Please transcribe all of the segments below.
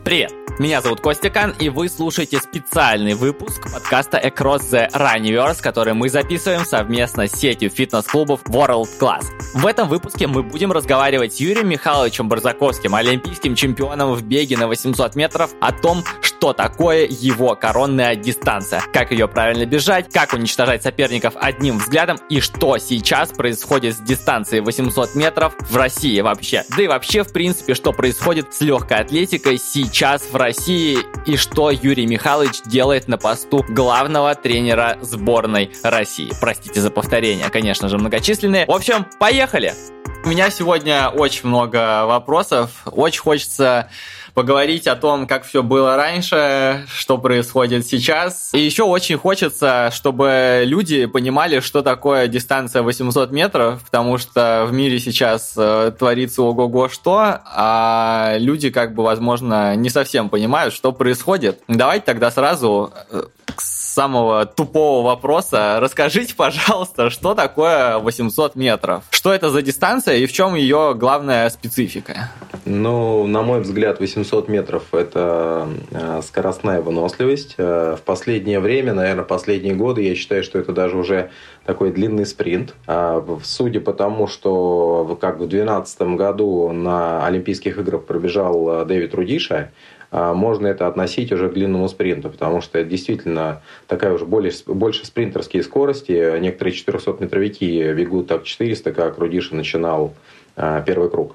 Привет! Меня зовут Костя Кан, и вы слушаете специальный выпуск подкаста Across the Runniverse, который мы записываем совместно с сетью фитнес-клубов World Class. В этом выпуске мы будем разговаривать с Юрием Михайловичем Барзаковским, олимпийским чемпионом в беге на 800 метров, о том, что такое его коронная дистанция, как ее правильно бежать, как уничтожать соперников одним взглядом и что сейчас происходит с дистанцией 800 метров в России вообще. Да и вообще, в принципе, что происходит с легкой атлетикой сейчас в России и что Юрий Михайлович делает на посту главного тренера сборной России. Простите за повторение, конечно же, многочисленные. В общем, поехали! У меня сегодня очень много вопросов. Очень хочется поговорить о том, как все было раньше, что происходит сейчас. И еще очень хочется, чтобы люди понимали, что такое дистанция 800 метров, потому что в мире сейчас творится ого-го что, а люди, возможно, не совсем понимают, что происходит. Давайте тогда сразу с самого тупого вопроса. Расскажите, пожалуйста, что такое 800 метров? Что это за дистанция и в чем ее главная специфика? На мой взгляд, 800 метров – это скоростная выносливость. В последнее время, наверное, последние годы, я считаю, что это даже уже такой длинный спринт. Судя по тому, что в 2012 году на Олимпийских играх пробежал Дэвид Рудиша, можно это относить уже к длинному спринту, потому что это действительно такая уже больше спринтерские скорости. Некоторые 400-метровики бегут так 400, как Рудиша начинал первый круг.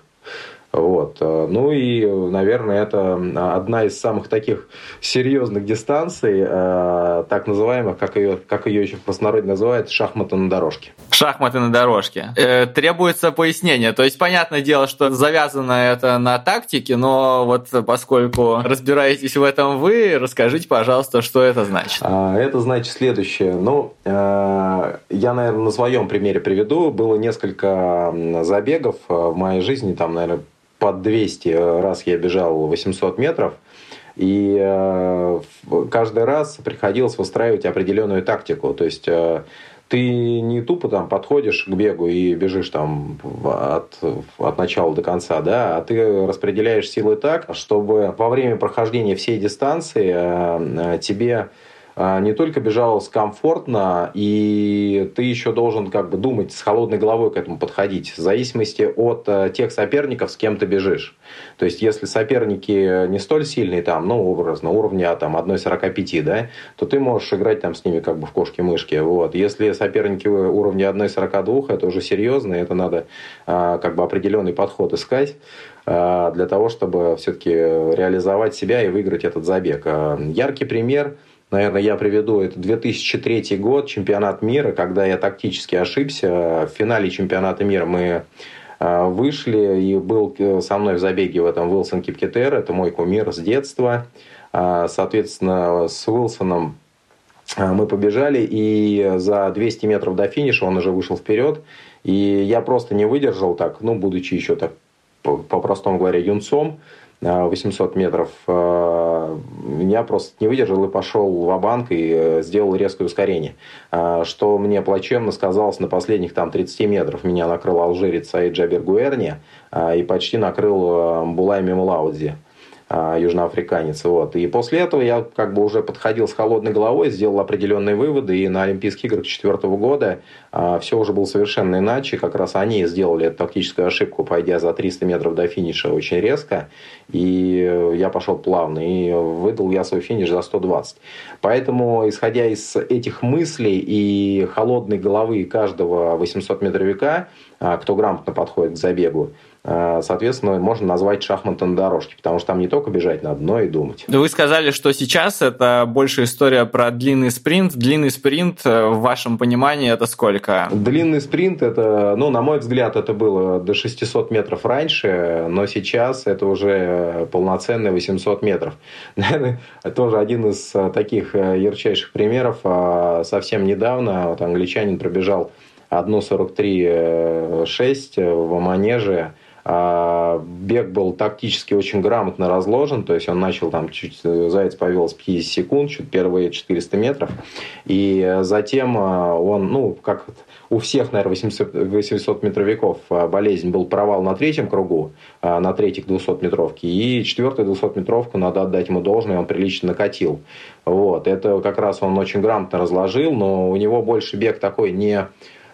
Наверное, это одна из самых таких серьезных дистанций, так называемых, как ее еще в простонародье называют, шахматы на дорожке. Шахматы на дорожке. Требуется пояснение. То есть, понятное дело, что завязано это на тактике, но поскольку разбираетесь в этом вы, расскажите, пожалуйста, что это значит. Это значит следующее. Я, наверное, на своем примере приведу. Было несколько забегов в моей жизни, наверное, под 200 раз я бежал 800 метров, и каждый раз приходилось выстраивать определенную тактику. То есть ты не тупо подходишь к бегу и бежишь от начала до конца, а ты распределяешь силы так, чтобы во время прохождения всей дистанции тебе не только бежалось комфортно, и ты еще должен думать с холодной головой к этому подходить, в зависимости от тех соперников, с кем ты бежишь. То есть, если соперники не столь сильные, образно, уровня 1,45, то ты можешь играть с ними в кошки-мышки. Если соперники уровня 1,42, это уже серьезно, и это надо определенный подход искать для того, чтобы все-таки реализовать себя и выиграть этот забег. Яркий пример, наверное, я приведу, это 2003 год, чемпионат мира, когда я тактически ошибся. В финале чемпионата мира мы вышли, и был со мной в забеге в этом Уилсон Кипкетер, это мой кумир с детства. Соответственно, с Уилсоном мы побежали, и за 200 метров до финиша он уже вышел вперед, и я просто не выдержал будучи еще по-простому говоря, юнцом, 800 метров, я просто не выдержал и пошел ва-банк и сделал резкое ускорение, что мне плачевно сказалось на последних 30 метров. Меня накрыл алжирец Саид Джабер Гуэрни и почти накрыл Булай Мемлаудзи, южноафриканец. И после этого я уже подходил с холодной головой, сделал определенные выводы, и на Олимпийских играх 2004 года все уже было совершенно иначе. Как раз они сделали эту тактическую ошибку, пойдя за 300 метров до финиша очень резко, и я пошел плавно, и выдал я свой финиш за 120. Поэтому, исходя из этих мыслей и холодной головы каждого 800-метровика, кто грамотно подходит к забегу, соответственно, можно назвать шахматы на дорожке, потому что там не только бежать надо, но и думать. Вы сказали, что сейчас это больше история про длинный спринт. Длинный спринт, в вашем понимании, это сколько? Длинный спринт, это, на мой взгляд, это было до 600 метров раньше, но сейчас это уже полноценные 800 метров. Наверное, тоже один из таких ярчайших примеров. Совсем недавно англичанин пробежал 1:43.6 в манеже Бег был тактически очень грамотно разложен, то есть он начал там чуть заяц повел с 50 секунд, чуть первые 400 метров, и затем он, ну, как у всех, наверное, 800-метровиков болезнь, был провал на третьем кругу, на третьей 200-метровке, и четвертую 200-метровку, надо отдать ему должное, он прилично накатил. Вот. Это как раз он очень грамотно разложил, но у него больше бег такой не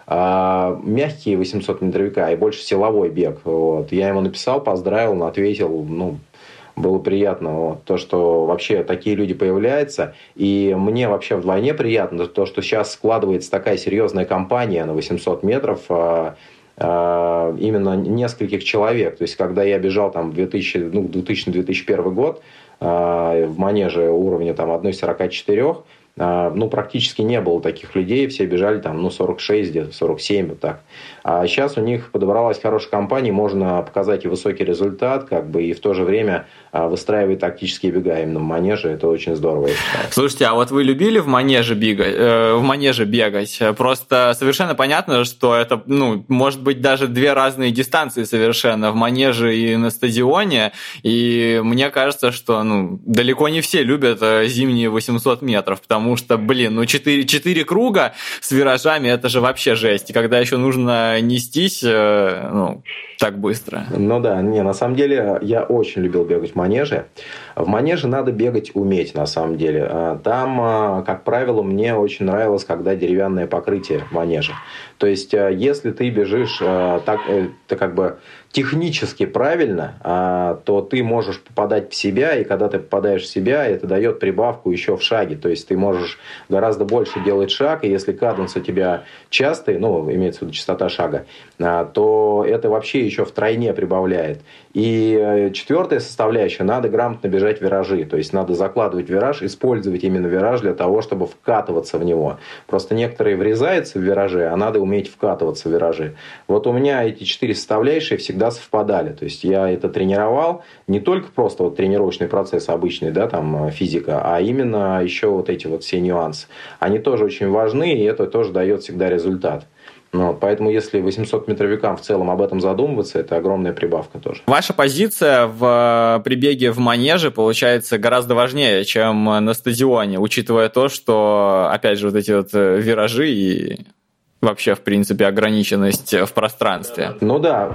мягкие 800-метровика, и больше силовой бег. Вот. Я ему написал, поздравил, он ответил, ну, было приятно, вот, то, что вообще такие люди появляются. И мне вообще вдвойне приятно то, что сейчас складывается такая серьезная кампания на 800 метров, именно нескольких человек. То есть, когда я бежал там 2000-2001 год, в манеже уровня там 1,44, ну, практически не было таких людей, все бежали там, ну, 46, где-то 47, вот так. А сейчас у них подобралась хорошая компания, можно показать и высокий результат, как бы, и в то же время выстраивать тактические бега именно в манеже, это очень здорово, я считаю. Слушайте, а вот вы любили в манеже бегать? Просто совершенно понятно, что это, ну, может быть, даже две разные дистанции совершенно, в манеже и на стадионе, и мне кажется, что, ну, далеко не все любят зимние 800 метров, потому что, блин, ну 4 круга с виражами, это же вообще жесть. И когда еще нужно нестись, ну, так быстро. Ну да, не, на самом деле я очень любил бегать в манеже. В манеже надо бегать уметь, на самом деле. Там, как правило, мне очень нравилось, когда деревянное покрытие в манеже. То есть, если ты бежишь так, ты как бы технически правильно, то ты можешь попадать в себя, и когда ты попадаешь в себя, это дает прибавку еще в шаге. То есть ты можешь гораздо больше делать шаг, и если каденс у тебя частый, ну, имеется в виду частота шага, то это вообще еще втройне прибавляет. И четвертая составляющая, надо грамотно бежать виражи. То есть надо закладывать вираж, использовать именно вираж для того, чтобы вкатываться в него. Просто некоторые врезаются в виражи, а надо уметь вкатываться в виражи. Вот у меня эти 4 составляющие всегда совпадали. То есть я это тренировал, не только просто вот тренировочный процесс обычный, да, там физика, а именно еще вот эти вот все нюансы. Они тоже очень важны, и это тоже дает всегда результат. Ну, поэтому, если 800-метровикам в целом об этом задумываться, это огромная прибавка тоже. Ваша позиция при беге в манеже получается гораздо важнее, чем на стадионе, учитывая то, что, опять же, вот эти вот виражи и вообще, в принципе, ограниченность в пространстве. Ну да.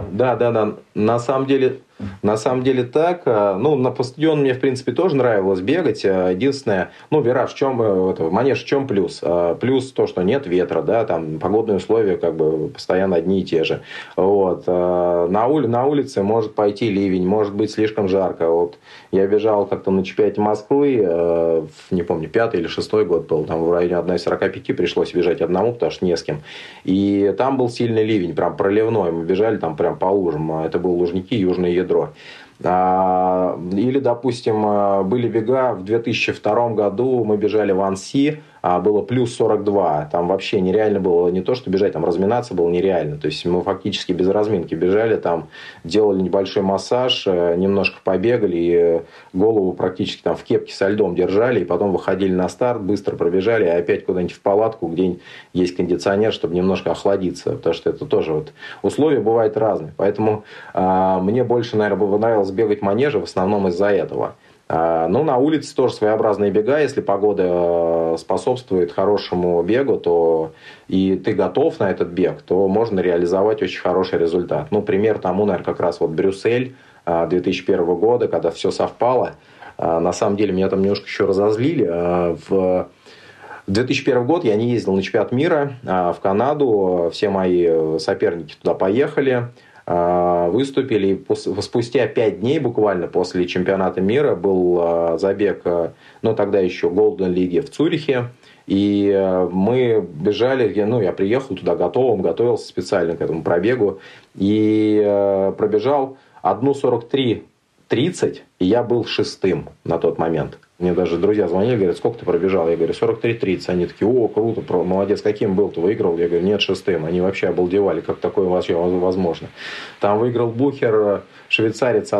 На самом деле так. Ну, по стадиону мне, в принципе, тоже нравилось бегать. Единственное, ну, вираж в чем, манеж в чем плюс? Плюс то, что нет ветра, да, там погодные условия как бы постоянно одни и те же. Вот. На улице может пойти ливень, может быть слишком жарко. Вот я бежал как-то на чемпионате Москвы, не помню, 5-й или 6-й год был, там в районе 1,45 пришлось бежать одному, потому что не с кем. И там был сильный ливень, прям проливной. Мы бежали там прям по лужам. Это был Лужники, Южное ядро. Или, допустим, были бега в 2002 году, мы бежали в Анси, было плюс 42. Там вообще нереально было не то, что бежать, там разминаться было нереально. То есть мы фактически без разминки бежали, там делали небольшой массаж, немножко побегали, и голову практически там в кепке со льдом держали, и потом выходили на старт, быстро пробежали, и опять куда-нибудь в палатку, где есть кондиционер, чтобы немножко охладиться. Потому что это тоже вот условия бывают разные. Поэтому мне больше, наверное, понравилось бегать в манеже в основном из-за этого. Ну, на улице тоже своеобразные бега. Если погода способствует хорошему бегу, то и ты готов на этот бег, то можно реализовать очень хороший результат. Ну, пример тому, наверное, как раз вот Брюссель 2001 года, когда все совпало. На самом деле, меня там немножко еще разозлили. В 2001 год я не ездил на чемпионат мира в Канаду. Все мои соперники туда поехали. Выступили. Спустя 5 дней буквально после чемпионата мира был забег, ну тогда еще Golden League в Цюрихе. И мы бежали, я приехал туда готовым, готовился специально к этому пробегу. И пробежал 1:43 43:30, и я был шестым на тот момент. Мне даже друзья звонили, говорят, сколько ты пробежал? Я говорю, 43:30. Они такие, о, круто, молодец, каким был, ты выиграл? Я говорю, нет, шестым. Они вообще обалдевали, как такое вообще возможно. Там выиграл Бухер, швейцарец,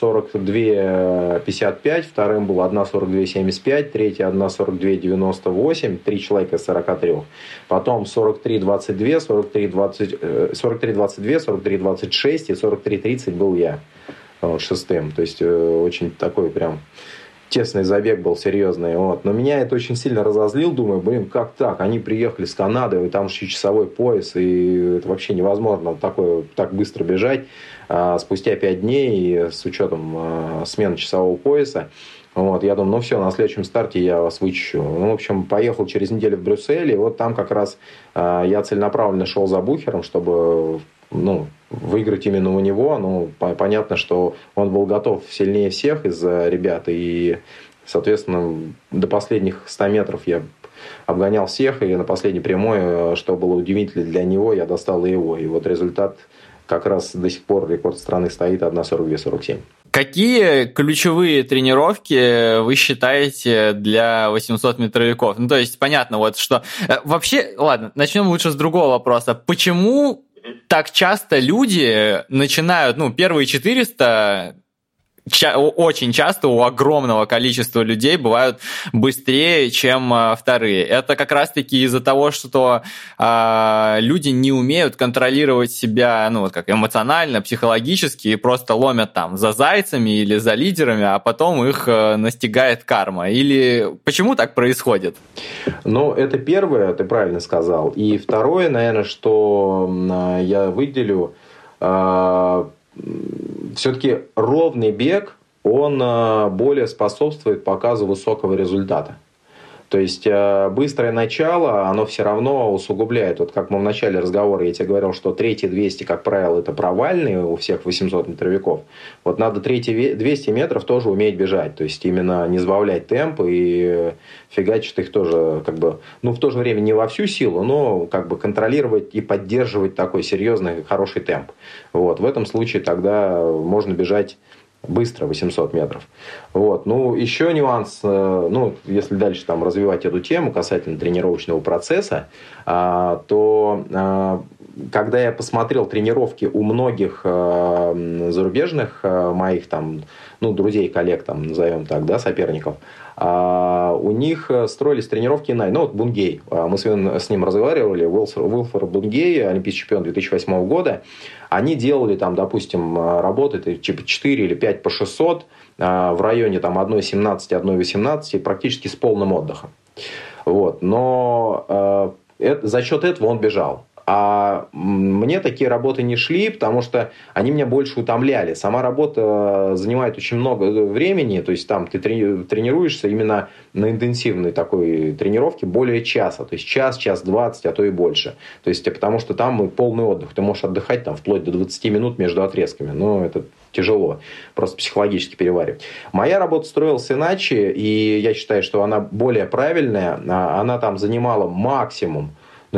1:42:55, вторым был 1:42:75, третий 1:42:98, 3 человека из 43. Потом 43:22, 43:22, 43:26 и 43:30 был я шестым. То есть очень такой прям тесный забег был, серьезный. Вот. Но меня это очень сильно разозлил. Думаю, блин, как так? Они приехали с Канады, и там еще часовой пояс, и это вообще невозможно так быстро бежать спустя 5 дней с учетом смены часового пояса. Вот, я думаю, ну все, на следующем старте я вас вычищу. Ну, в общем, поехал через неделю в Брюссель, и вот там как раз я целенаправленно шел за Бухером, чтобы выиграть именно у него. Ну, понятно, что он был готов сильнее всех из ребят, и, соответственно, до последних 100 метров я обгонял всех, и на последней прямой, что было удивительно для него, я достал и его. И вот результат как раз до сих пор рекорд страны стоит 1:42:47. Какие ключевые тренировки вы считаете для 800-метровиков? Ну, то есть, понятно, вот что... Вообще, ладно, начнем лучше с другого вопроса. Почему так часто люди начинают, первые 400... Очень часто у огромного количества людей бывают быстрее, чем вторые. Это как раз-таки из-за того, что люди не умеют контролировать себя, как эмоционально, психологически, и просто ломят там за зайцами или за лидерами, а потом их настигает карма. Или почему так происходит? Это первое, ты правильно сказал. И второе, наверное, что я выделю... все-таки ровный бег, он более способствует показу высокого результата. То есть быстрое начало, оно все равно усугубляет. Вот как мы в начале разговора, я тебе говорил, что третьи 200, как правило, это провальные у всех 800-метровиков. Вот надо третьи 200 метров тоже уметь бежать. То есть именно не сбавлять темп и фигачить их тоже в то же время не во всю силу, но контролировать и поддерживать такой серьезный, хороший темп. Вот. В этом случае тогда можно бежать быстро 800 метров. Вот. Еще нюанс, если дальше развивать эту тему касательно тренировочного процесса, то когда я посмотрел тренировки у многих зарубежных моих друзей, коллег, назовем так, соперников, у них строились тренировки Бунгей. Мы с ним разговаривали, Уилфор Бунгей, олимпийский чемпион 2008 года. Они делали допустим, работы типа 4 или 5 по 600 в районе 1:17, 1:18 практически с полным отдыхом. Вот. Но за счет этого он бежал. А мне такие работы не шли, потому что они меня больше утомляли. Сама работа занимает очень много времени, то есть там ты тренируешься именно на интенсивной такой тренировке более часа, то есть час 20, а то и больше. То есть потому что там полный отдых, ты можешь отдыхать вплоть до 20 минут между отрезками, но это тяжело, просто психологически переваривать. Моя работа строилась иначе, и я считаю, что она более правильная, она занимала максимум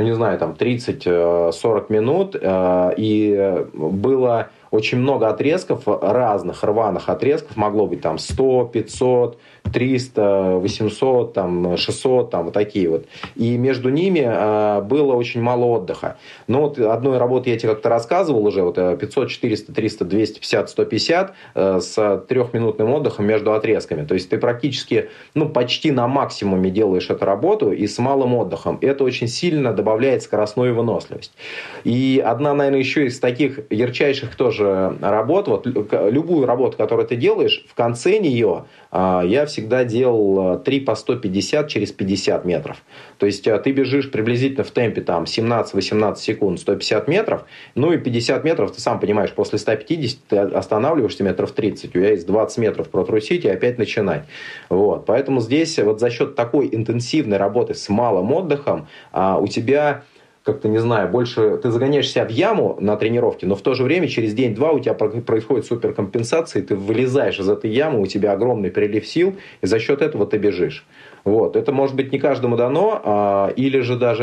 30-40 минут, и было очень много отрезков, разных рваных отрезков, могло быть 100, 500, 300, 800, 600, вот такие вот. И между ними было очень мало отдыха. Одной работы я тебе как-то рассказывал уже, 500, 400, 300, 250, 150 с 3-минутным отдыхом между отрезками. То есть ты практически, почти на максимуме делаешь эту работу и с малым отдыхом. Это очень сильно добавляет скоростную выносливость. И одна, наверное, еще из таких ярчайших тоже работ, любую работу, которую ты делаешь, в конце нее я всегда делал 3 по 150 через 50 метров. То есть ты бежишь приблизительно в темпе 17-18 секунд 150 метров, и 50 метров, ты сам понимаешь, после 150 ты останавливаешься метров 30, у тебя есть 20 метров протрусить и опять начинать. Вот. Поэтому здесь за счет такой интенсивной работы с малым отдыхом у тебя больше ты загоняешь себя в яму на тренировке, но в то же время через день-два у тебя происходит суперкомпенсация, и ты вылезаешь из этой ямы, у тебя огромный прилив сил, и за счет этого ты бежишь. Вот. Это может быть не каждому дано, или же даже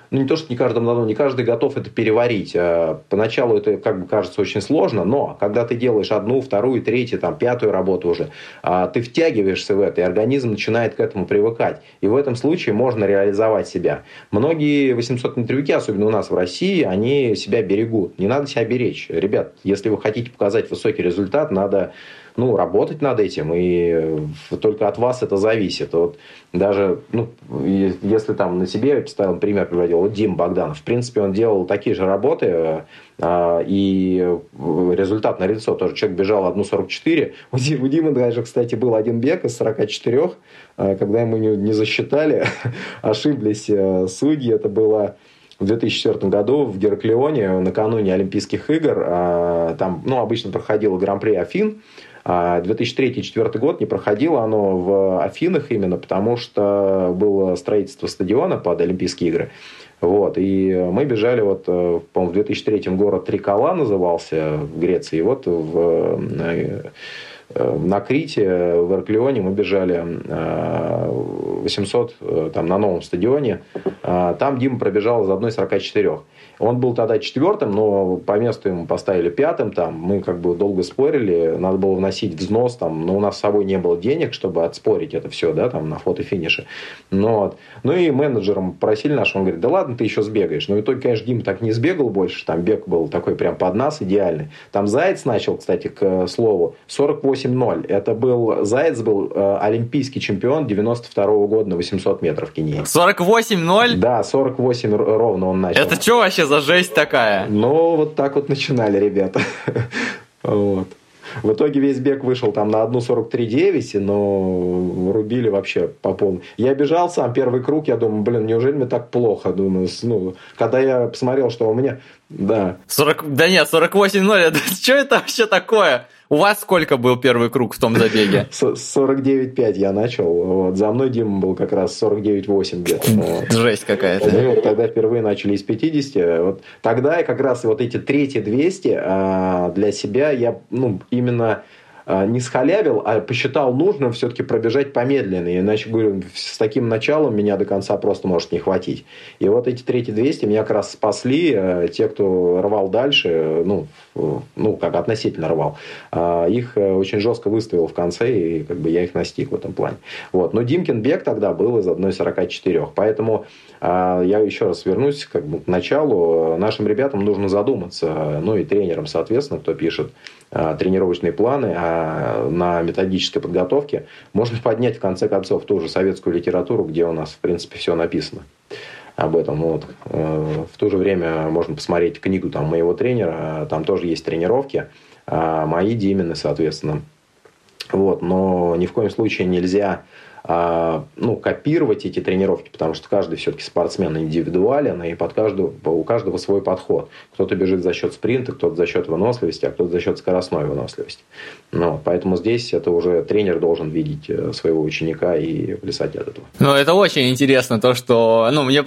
ну, не то, что не каждому дано, не каждый готов это переварить. Поначалу это, как бы, кажется очень сложно, но когда ты делаешь одну, вторую, третью, там, пятую работу уже, ты втягиваешься в это, и организм начинает к этому привыкать. И в этом случае можно реализовать себя. Многие 800-метровики, особенно у нас в России, они себя берегут. Не надо себя беречь. Ребят, если вы хотите показать высокий результат, надо работать над этим, и только от вас это зависит. Вот даже, если там на себе постоянно пример приводил, вот Дима Богданов, в принципе, он делал такие же работы, и результат налицо. Тоже человек бежал 1.44. У Димы даже, кстати, был один бег из 44, когда ему не засчитали, ошиблись судьи. Это было в 2004 году в Гераклионе, накануне Олимпийских игр. Там, обычно проходило Гран-при Афин. 2003-2004 год не проходило оно в Афинах именно потому, что было строительство стадиона под Олимпийские игры. Вот. И мы бежали, по-моему, в 2003 город Трикала назывался в Греции. И вот на Крите, в Ираклионе мы бежали 800 там, на новом стадионе. Там Дима пробежал из 1.44. Он был тогда четвертым, но по месту ему поставили пятым. Там. Мы как бы долго спорили, надо было вносить взнос, там, но у нас с собой не было денег, чтобы отспорить это все, да, там, на фото-финише. Ну и менеджером просили нашего, он говорит, да ладно, ты еще сбегаешь. Но в итоге, конечно, Дима так не сбегал больше, там бег был такой прям под нас идеальный. Там Заяц начал, кстати, к слову, 48-0. Это был, Заяц был олимпийский чемпион 92-го года на 800 метров в Кении. 48-0? Да, 48 ровно он начал. Это что вообще за жесть такая? Ну, вот так вот начинали ребята. Вот. В итоге весь бег вышел там на 1.43.9, но рубили вообще по полной. Я бежал сам первый круг, я думаю, неужели мне так плохо? Думаю, когда я посмотрел, что у меня... Да. 48-0, это что это вообще такое? У вас сколько был первый круг в том забеге? 49.5 я начал. Вот. За мной Дима был как раз 49.8 где-то. Вот. Жесть какая-то. Мы вот тогда впервые начали из 50. Вот тогда я как раз вот эти третьи 200 для себя я именно не схалявил, а посчитал нужным все-таки пробежать помедленнее. Иначе, говорю, с таким началом меня до конца просто может не хватить. И вот эти третьи 200 меня как раз спасли. Те, кто рвал дальше, как относительно рвал, их очень жестко выставил в конце, и как бы я их настиг в этом плане. Вот. Но Димкин бег тогда был из 1.44. Поэтому я еще раз вернусь к началу. Нашим ребятам нужно задуматься, и тренерам, соответственно, кто пишет тренировочные планы на методической подготовке, можно поднять, в конце концов, ту же советскую литературу, где у нас, в принципе, все написано об этом. Вот. В то же время можно посмотреть книгу моего тренера, там тоже есть тренировки, мои Димины, соответственно. Вот. Но ни в коем случае нельзя копировать эти тренировки, потому что каждый все-таки спортсмен индивидуален, и у каждого свой подход. Кто-то бежит за счет спринта, кто-то за счет выносливости, а кто-то за счет скоростной выносливости. Поэтому здесь это уже тренер должен видеть своего ученика и плясать от этого. Это очень интересно, то, что... мне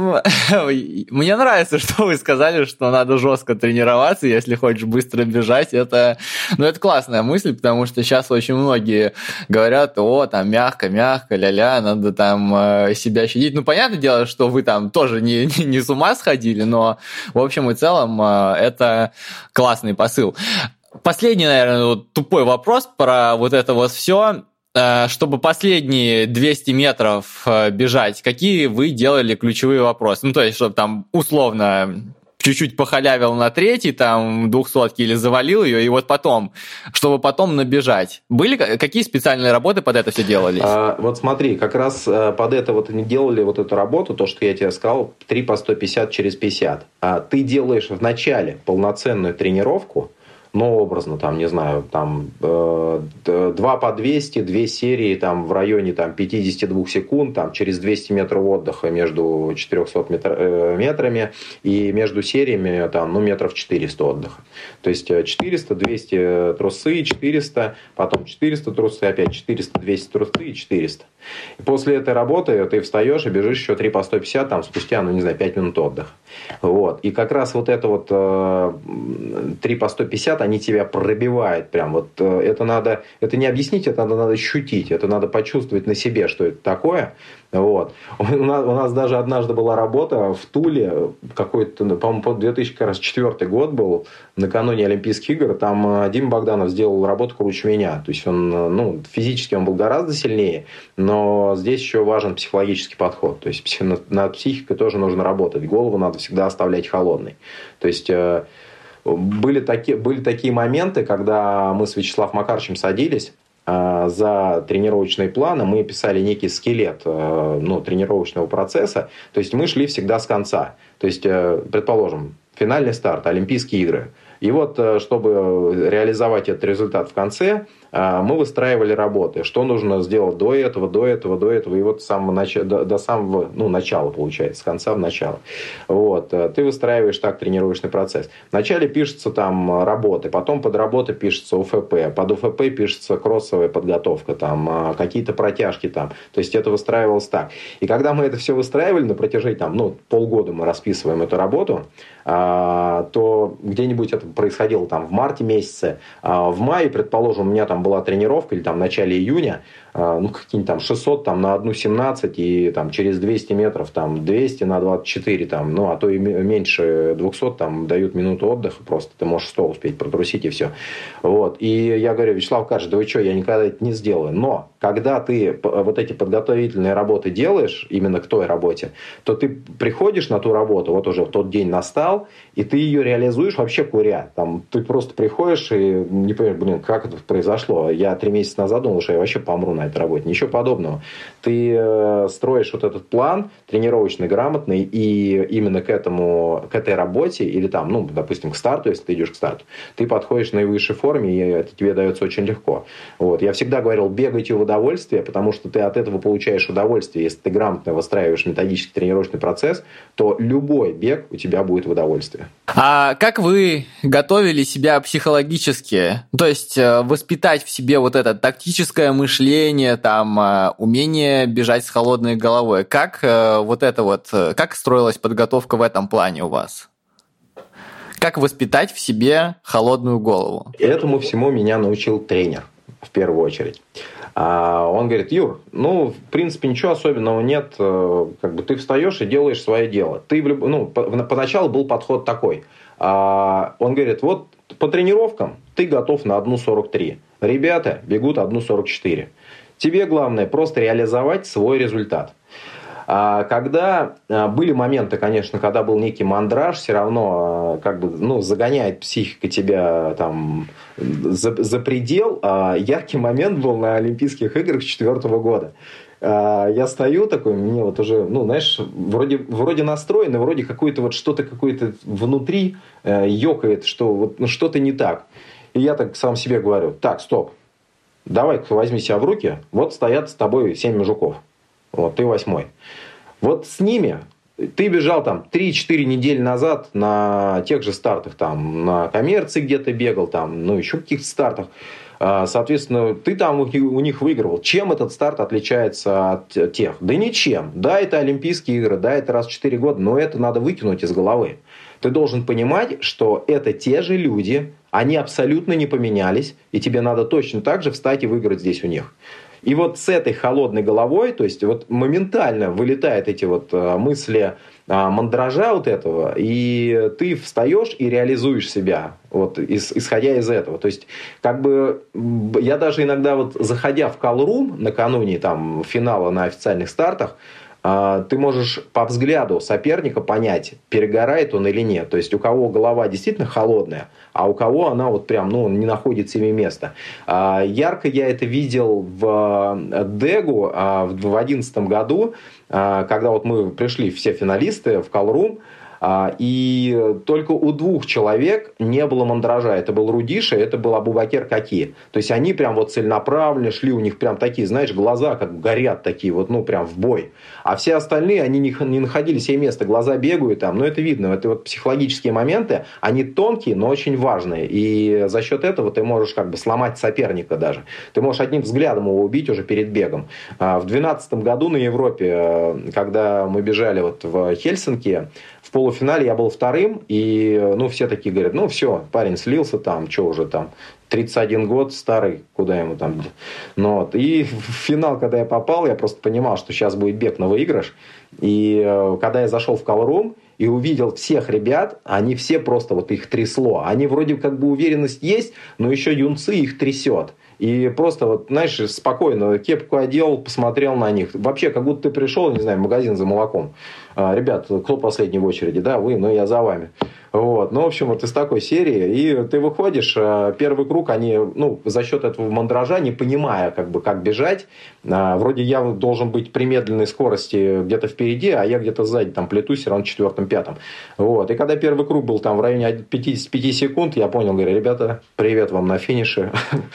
нравится, что вы сказали, что надо жестко тренироваться, если хочешь быстро бежать. Это классная мысль, потому что сейчас очень многие говорят, мягко, ля-ля, надо там себя щадить. Понятное дело, что вы там тоже не с ума сходили, но в общем и целом это классный посыл. Последний, наверное, тупой вопрос про вот это вот все. Чтобы последние 200 метров бежать, какие вы делали ключевые вопросы? То есть, чтобы там условно чуть-чуть похалявил на третий, там, 200-ки или завалил ее, и потом, чтобы потом набежать. Какие специальные работы под это все делались? Вот смотри, как раз под это они делали эту работу, то, что я тебе сказал, 3 по 150 через 50. Ты делаешь в начале полноценную тренировку, образно, 2 по 200, 2 серии в районе 52 секунд, через 200 метров отдыха между 400 метрами, и между сериями метров 400 отдыха. То есть 400, 200 трусы, 400, потом 400 трусы, опять 400, 200 трусы и 400. И после этой работы ты встаешь и бежишь еще 3 по 150, спустя, 5 минут отдыха. Вот. И как раз это 3 по 150, они тебя пробивают прям. Вот это не объяснить, это надо ощутить, это надо почувствовать на себе, что это такое. Вот. У нас даже однажды была работа в Туле, какой-то, по-моему, 2004 год был, накануне Олимпийских игр, там Дима Богданов сделал работу круче меня. То есть он, физически он был гораздо сильнее, но здесь еще важен психологический подход. То есть над психикой тоже нужно работать. Голову надо всегда оставлять холодной. То есть были такие моменты, когда мы с Вячеславом Макаровичем садились за тренировочные планы, мы писали некий скелет тренировочного процесса. То есть мы шли всегда с конца. То есть, предположим, финальный старт, Олимпийские игры. И вот, чтобы реализовать этот результат в конце, мы выстраивали работы. Что нужно сделать до этого. И вот до самого начала, получается, с конца в начало. Вот. Ты выстраиваешь так тренировочный процесс. Вначале пишется там работы, потом под работы пишется УФП, под УФП пишется кроссовая подготовка, там, какие-то протяжки там. То есть это выстраивалось так. И когда мы это все выстраивали на протяжении полгода мы расписываем эту работу, то где-нибудь это происходило там в марте месяце. В мае, предположим, у меня там была тренировка, или там в начале июня, какие-нибудь там 600 там, на 1,17 и там через 200 метров там 200 на 24, там, а то и меньше 200 там дают минуту отдыха, просто ты можешь 100 успеть протрусить и все. Вот. И я говорю: Вячеслав Карпович, да вы что, я никогда это не сделаю. Но когда ты вот эти подготовительные работы делаешь, именно к той работе, то ты приходишь на ту работу, вот уже в тот день настал, и ты ее реализуешь вообще куря. Там, ты просто приходишь и не понимаешь, как это произошло. Я 3 месяца назад думал, что я вообще помру на этой работе. Ничего подобного. Ты строишь вот этот план тренировочный, грамотный, и именно к этой работе, или там, допустим, к старту, если ты идешь к старту, ты подходишь в наивысшей форме, и это тебе дается очень легко. Вот. Я всегда говорил, бегайте в удовольствие, потому что ты от этого получаешь удовольствие. Если ты грамотно выстраиваешь методический тренировочный процесс, то любой бег у тебя будет в удовольствие. А как вы готовили себя психологически? То есть воспитать в себе вот это тактическое мышление, там, умение бежать с холодной головой. Как как строилась подготовка в этом плане у вас? Как воспитать в себе холодную голову? Этому всему меня научил тренер, в первую очередь. Он говорит: Юр, в принципе, ничего особенного нет. Ты встаешь и делаешь свое дело. Поначалу был подход такой. Он говорит: вот по тренировкам ты готов на 1.43. Ребята бегут 1.44. Тебе главное просто реализовать свой результат. Когда были моменты, конечно, когда был некий мандраж, все равно загоняет психика тебя там за предел. Яркий момент был на Олимпийских играх 2004 года. Я стою такой, мне вот уже, вроде настроен, и вроде что-то внутри ёкает, что что-то не так. И я так сам себе говорю: так, стоп, давай-ка возьми себя в руки, вот стоят с тобой 7 мужиков. Вот, ты 8-й. Вот с ними ты бежал там 3-4 недели назад на тех же стартах, там, на коммерции где-то бегал, там, еще каких-то стартах. Соответственно, ты там у них выигрывал. Чем этот старт отличается от тех? Да ничем. Да, это Олимпийские игры, да, это раз в 4 года, но это надо выкинуть из головы. Ты должен понимать, что это те же люди, они абсолютно не поменялись, и тебе надо точно так же встать и выиграть здесь у них. И вот с этой холодной головой, то есть вот моментально вылетают эти вот мысли мандража вот этого, и ты встаешь и реализуешь себя, вот, исходя из этого. То есть, я даже иногда, заходя в колл-рум накануне там, финала на официальных стартах, ты можешь по взгляду соперника понять, перегорает он или нет. То есть, у кого голова действительно холодная, а у кого она не находит себе места. Ярко я это видел в Дегу в 2011 году, когда мы пришли все финалисты в колл-рум, и только у 2 человек не было мандража. Это был Рудиша, это был Абубакер Каки. То есть они прям целенаправленно шли, у них прям такие, знаешь, глаза как горят такие, прям в бой. А все остальные, они не находили себе места, глаза бегают там, это видно. Это психологические моменты, они тонкие, но очень важные. И за счет этого ты можешь сломать соперника даже. Ты можешь одним взглядом его убить уже перед бегом. В 2012 году на Европе, когда мы бежали в Хельсинки, в полуфинале я был вторым, и, ну, все такие говорят, ну, все, парень слился там, что уже там, 31 год, старый, куда ему там. Ну, вот. И в финал, когда я попал, я просто понимал, что сейчас будет бег на выигрыш. И когда я зашел в колл-рум и увидел всех ребят, они все просто, вот их трясло. Они вроде как бы уверенность есть, но еще юнцы их трясет. И просто вот, знаешь, спокойно кепку одел, посмотрел на них. Вообще, как будто ты пришел, не знаю, в магазин за молоком. Ребят, кто последний в очереди? Да, вы, но я за вами. Вот. Ну, в общем, вот из такой серии. И ты выходишь, первый круг, они, ну, за счет этого мандража, не понимая, как бы, как бежать, вроде я должен быть при медленной скорости где-то впереди, а я где-то сзади, там, плетусь, равно четвертом-пятом. Вот. И когда первый круг был там в районе 55 секунд, я понял, говорю, ребята, привет вам на финише.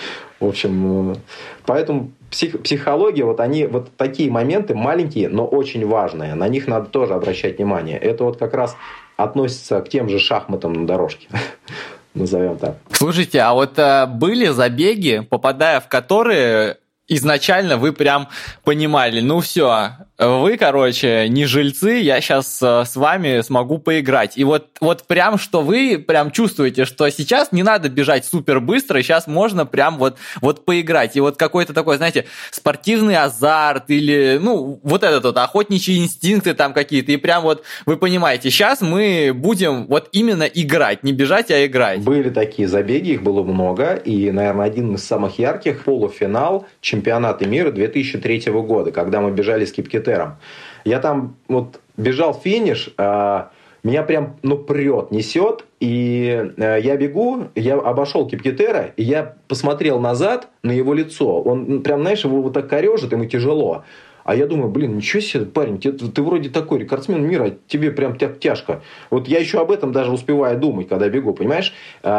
В общем, поэтому психология, вот они, вот такие моменты маленькие, но очень важные. На них надо тоже обращать внимание. Это вот как раз относится к тем же шахматам на дорожке. Назовем так. Слушайте, а вот были забеги, попадая в которые изначально вы прям понимали, ну все, вы, короче, не жильцы, я сейчас с вами смогу поиграть. И вот прям, что вы прям чувствуете, что сейчас не надо бежать супер быстро, сейчас можно прям вот поиграть. И вот какой-то такой, знаете, спортивный азарт или, ну, вот этот вот охотничьи инстинкты там какие-то. И прям вот вы понимаете, сейчас мы будем вот именно играть, не бежать, а играть. Были такие забеги, их было много. И, наверное, один из самых ярких — полуфинал чемпионата мира 2003 года, когда мы бежали с Кипкетером. Я там вот бежал финиш, меня прям, ну, прет, несет, и я бегу, я обошел Кипкетера, и я посмотрел назад на его лицо. Он прям, знаешь, его вот так корежит, ему тяжело. А я думаю, блин, ничего себе, парень, ты вроде такой рекордсмен мира, тебе прям тяжко. Вот я еще об этом даже успеваю думать, когда бегу, понимаешь?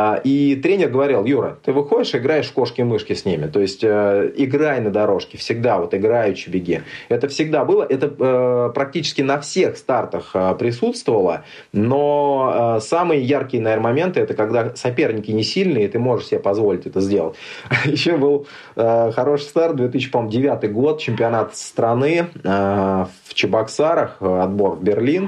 И тренер говорил, Юра, ты выходишь, играешь в кошки-мышки с ними. То есть, играй на дорожке, всегда вот играючи беги. Это всегда было, это практически на всех стартах присутствовало. Но самые яркие, наверное, моменты, это когда соперники не сильные, и ты можешь себе позволить это сделать. Еще был хороший старт, 2009 год, чемпионат страны в Чебоксарах, отбор в Берлин.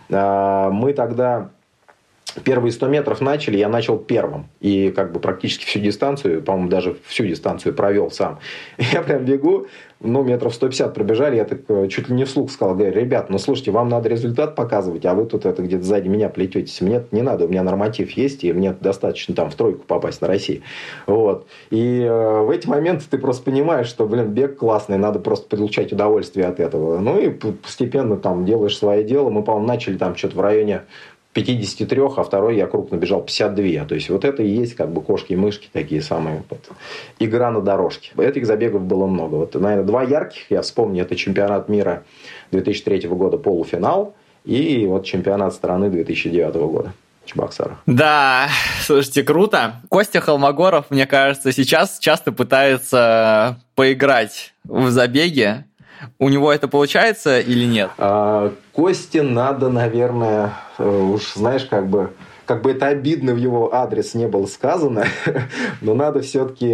Мы тогда первые 100 метров начали, я начал первым. И как бы практически всю дистанцию, по-моему, даже всю дистанцию провел сам. Я прям бегу, ну, метров 150 пробежали, я так чуть ли не вслух сказал, говорю, ребят, ну, слушайте, вам надо результат показывать, а вы тут это где-то сзади меня плететесь. Мне не надо, у меня норматив есть, и мне достаточно там в тройку попасть на России. Вот. И в эти моменты ты просто понимаешь, что, блин, бег классный, надо просто получать удовольствие от этого. Ну, и постепенно там делаешь свое дело. Мы, по-моему, начали там что-то в районе 53, а второй я круг набежал 52. То есть, вот это и есть как бы кошки и мышки такие самые. Вот, игра на дорожке. Этих забегов было много. Вот, наверное, два ярких, я вспомню, это чемпионат мира 2003 года, полуфинал, и вот чемпионат страны 2009 года. Чебоксарах. Да, слушайте, круто. Костя Холмогоров, мне кажется, сейчас часто пытается поиграть в забеге. У него это получается или нет? Косте надо, наверное, уж знаешь, как бы это обидно в его адрес не было сказано, но надо все-таки,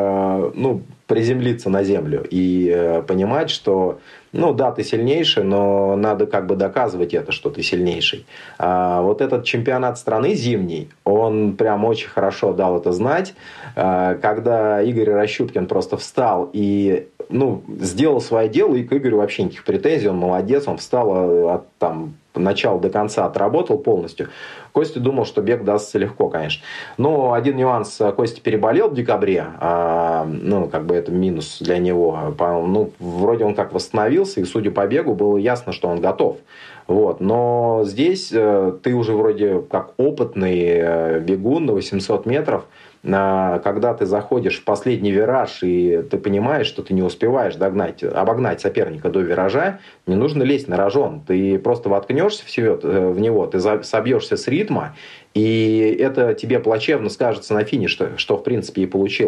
ну, приземлиться на землю и понимать, что, ну да, ты сильнейший, но надо как бы доказывать это, что ты сильнейший. Вот этот чемпионат страны зимний, он прям очень хорошо дал это знать. Когда Игорь Рощупкин просто встал и, ну, сделал свое дело, и к Игорю вообще никаких претензий, он молодец, он встал от там начала до конца, отработал полностью. Костя думал, что бег дастся легко, конечно. Но один нюанс: Костя переболел в декабре, ну, как бы это минус для него. Ну, вроде он как восстановился, и, судя по бегу, было ясно, что он готов. Вот. Но здесь ты уже вроде как опытный бегун на 800 метров, когда ты заходишь в последний вираж, и ты понимаешь, что ты не успеваешь обогнать соперника до виража, не нужно лезть на рожон. Ты просто воткнешься в него, ты собьешься с ритма, и это тебе плачевно скажется на финише, что в принципе и получилось.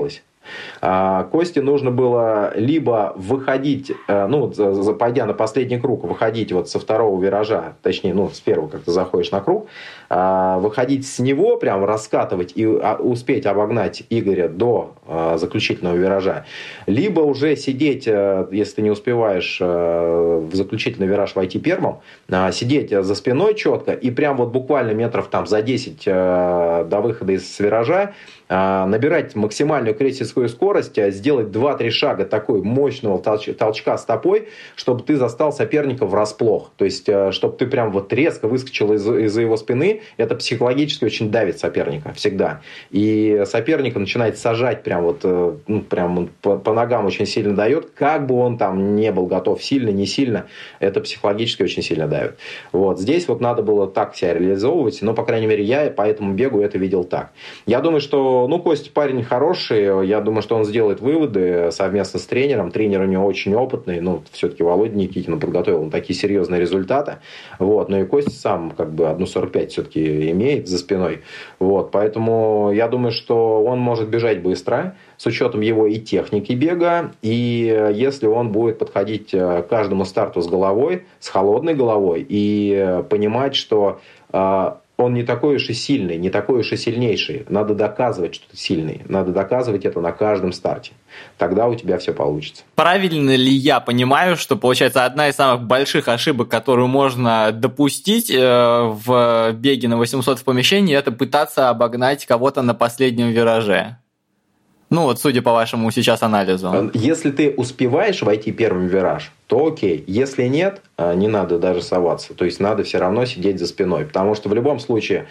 Косте нужно было либо выходить, пойдя на последний круг, выходить вот со второго виража, точнее, с первого, как ты заходишь на круг, выходить с него, прям раскатывать и успеть обогнать Игоря до заключительного виража, либо уже сидеть, если ты не успеваешь в заключительный вираж войти первым, сидеть за спиной четко и прям вот буквально метров там за 10 до выхода из виража набирать максимальную крейсерскую скорость, сделать 2-3 шага такой мощного толчка стопой, чтобы ты застал соперника врасплох. То есть, чтобы ты прям вот резко выскочил из-за его спины, это психологически очень давит соперника всегда. И соперника начинает сажать прям вот, прям по ногам очень сильно дает, как бы он там не был готов сильно, не сильно, это психологически очень сильно давит. Вот. Здесь вот надо было так себя реализовывать, но, по крайней мере, я по этому бегу это видел так. Я думаю, что Костя парень хороший, я думаю, что он сделает выводы совместно с тренером. Тренер у него очень опытный, все-таки Володя Никитин подготовил такие серьезные результаты. Вот. Но и Костя сам как бы 1.45 все-таки имеет за спиной. Вот. Поэтому я думаю, что он может бежать быстро, с учетом его и техники бега, и если он будет подходить к каждому старту с головой, с холодной головой, и понимать, что он не такой уж и сильный, не такой уж и сильнейший. Надо доказывать, что ты сильный. Надо доказывать это на каждом старте. Тогда у тебя все получится. Правильно ли я понимаю, что, получается, одна из самых больших ошибок, которую можно допустить в беге на 800 в помещении, это пытаться обогнать кого-то на последнем вираже? Судя по вашему сейчас анализу. Если ты успеваешь войти первым в вираж, то окей. Если нет, не надо даже соваться. То есть надо все равно сидеть за спиной. Потому что в любом случае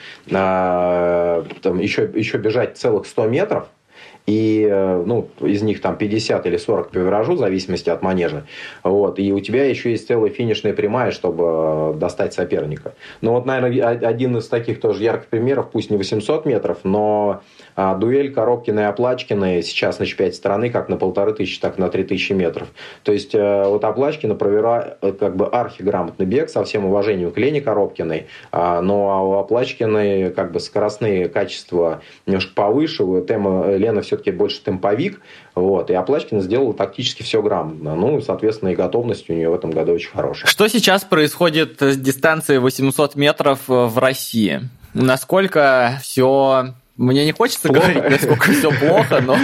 еще бежать целых 100 метров, и из них там 50 или 40 по виражу, в зависимости от манежа. Вот, и у тебя еще есть целая финишная прямая, чтобы достать соперника. Наверное, один из таких тоже ярких примеров, пусть не 800 метров, но дуэль Коробкина и Оплачкиной сейчас на чемпионате страны как на 1500, так и на 3000 метров. То есть Оплачкина провела как бы архиграмотный бег, со всем уважением к Лене Коробкиной, но у Оплачкиной как бы скоростные качества немножко повыше, Лена все-таки больше темповик, вот, и Оплачкина сделала тактически все грамотно. Соответственно, и готовность у нее в этом году очень хорошая. Что сейчас происходит с дистанцией 800 метров в России? Насколько все... Мне не хочется говорить, насколько все плохо, но...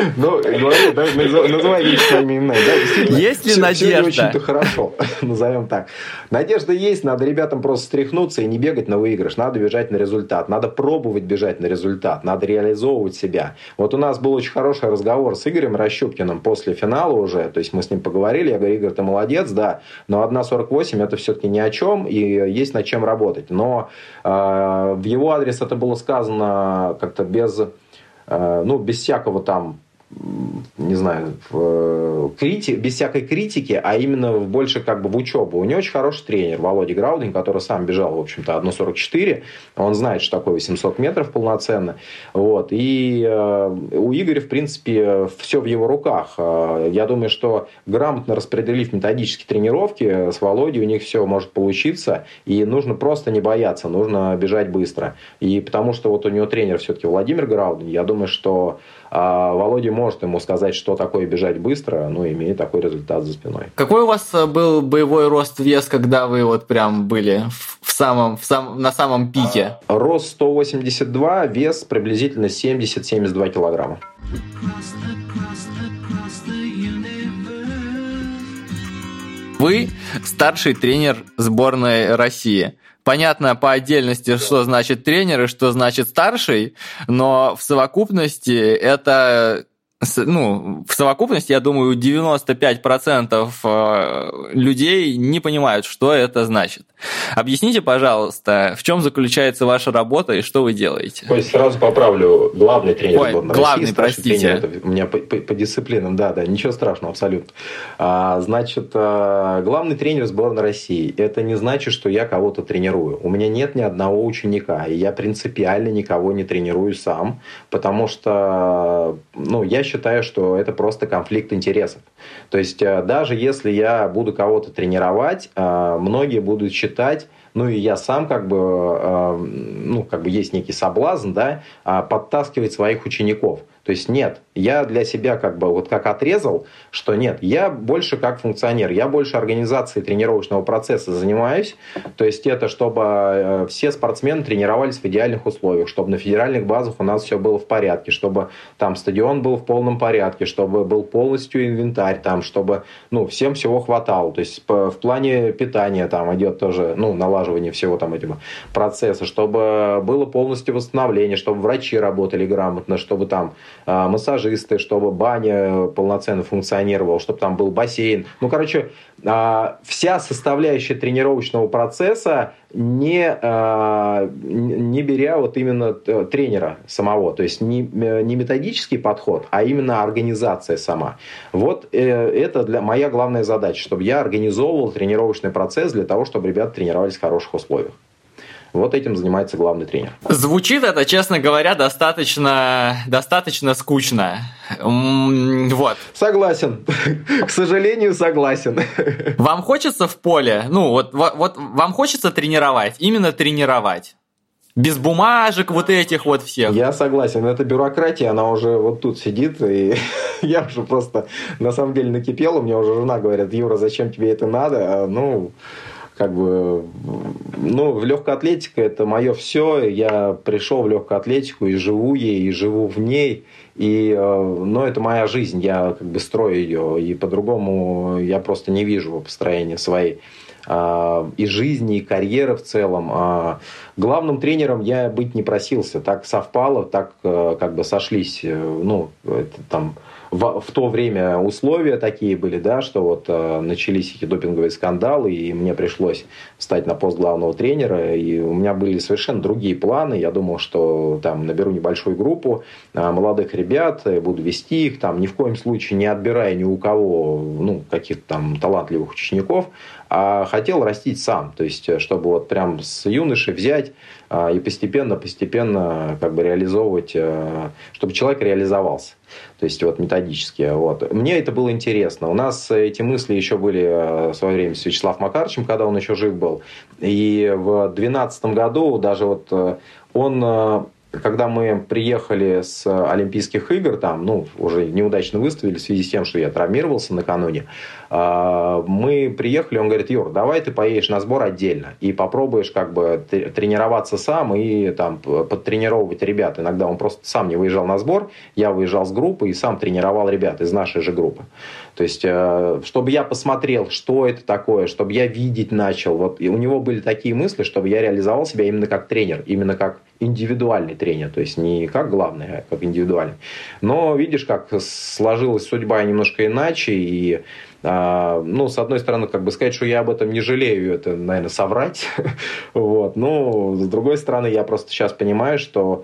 Называй вещи своими именами. Есть ли надежда? Все очень-то хорошо, назовем так. Надежда есть, надо ребятам просто стряхнуться и не бегать на выигрыш. Надо бежать на результат, надо пробовать бежать на результат, надо реализовывать себя. Вот у нас был очень хороший разговор с Игорем Рощупкиным после финала уже, то есть мы с ним поговорили, я говорю: Игорь, ты молодец, да, но 1.48 это все-таки ни о чем, и есть над чем работать. Но в его адрес это было сказано как-то без всякого там, не знаю, без всякой критики, а именно больше как бы в учебу. У него очень хороший тренер Володя Граудень, который сам бежал, в общем-то, 1.44. Он знает, что такое 800 метров полноценно. Вот. И у Игоря, в принципе, все в его руках. Я думаю, что грамотно распределив методические тренировки с Володей, у них все может получиться. И нужно просто не бояться, нужно бежать быстро. И потому что вот у него тренер все-таки Владимир Граудень, я думаю, что Володя может ему сказать, что такое бежать быстро, имея такой результат за спиной. Какой у вас был боевой рост, вес, когда вы вот прям были на самом пике? Рост 182, вес приблизительно 70-72 килограмма. Вы старший тренер сборной России. Понятно по отдельности, что значит тренер и что значит старший, но в совокупности это... в совокупности, я думаю, 95% людей не понимают, что это значит. Объясните, пожалуйста, в чем заключается ваша работа и что вы делаете? Ой, сразу поправлю. Главный тренер сборной главный, России. простите. Тренер, это у меня по дисциплинам, да, ничего страшного, абсолютно. Значит, главный тренер сборной России. Это не значит, что я кого-то тренирую. У меня нет ни одного ученика, и я принципиально никого не тренирую сам, потому что, я считаю, что это просто конфликт интересов. То есть, даже если я буду кого-то тренировать, многие будут считать, и я сам есть некий соблазн, подтаскивать своих учеников. То есть нет, я для себя как бы вот как отрезал, что нет, я больше как функционер, я больше организацией тренировочного процесса занимаюсь. То есть это чтобы все спортсмены тренировались в идеальных условиях, чтобы на федеральных базах у нас все было в порядке, чтобы там стадион был в полном порядке, чтобы был полностью инвентарь, там, чтобы всем всего хватало. То есть в плане питания там идет тоже налаживание всего там этого процесса, чтобы было полностью восстановление, чтобы врачи работали грамотно, чтобы там массажисты, чтобы баня полноценно функционировала, чтобы там был бассейн. Вся составляющая тренировочного процесса, не беря вот именно тренера самого. То есть не методический подход, а именно организация сама. Вот это моя главная задача, чтобы я организовывал тренировочный процесс для того, чтобы ребята тренировались в хороших условиях. Вот этим занимается главный тренер. Звучит это, честно говоря, достаточно скучно. Вот. Согласен. К сожалению, согласен. Вам хочется в поле? Вот вам хочется тренировать? Именно тренировать? Без бумажек вот этих вот всех. Я согласен. Эта бюрократия, она уже вот тут сидит, и я уже просто на самом деле накипел. У меня уже жена говорит: Юра, зачем тебе это надо? Легкая атлетика – это мое все. Я пришел в легкую атлетику и живу ей, и живу в ней. Это моя жизнь, я строю ее. И по-другому я просто не вижу построения своей и жизни, и карьеры в целом. Главным тренером я быть не просился. Так совпало, так сошлись. В то время условия такие были, да, что вот начались эти допинговые скандалы, и мне пришлось встать на пост главного тренера, и у меня были совершенно другие планы. Я думал, что там наберу небольшую группу молодых ребят, буду вести их, там ни в коем случае не отбирая ни у кого каких-то там талантливых учеников, а хотел растить сам. То есть, чтобы вот прям с юноши взять и постепенно реализовывать, чтобы человек реализовался. То есть, вот методически. Вот. Мне это было интересно. У нас эти мысли еще были в свое время с Вячеславом Макаровичем, когда он еще жив был. И в 2012 году даже вот он... Когда мы приехали с Олимпийских игр, там, уже неудачно выставили в связи с тем, что я травмировался накануне, мы приехали, он говорит: Юр, давай ты поедешь на сбор отдельно и попробуешь тренироваться сам и там подтренировывать ребят. Иногда он просто сам не выезжал на сбор, я выезжал с группы и сам тренировал ребят из нашей же группы. То есть, чтобы я посмотрел, что это такое, чтобы я видеть начал. Вот, и у него были такие мысли, чтобы я реализовал себя именно как тренер, именно как индивидуальный тренер, то есть не как главный, а как индивидуальный. Но видишь, как сложилась судьба немножко иначе, и с одной стороны, сказать, что я об этом не жалею, это, наверное, соврать. Вот. Но с другой стороны, я просто сейчас понимаю, что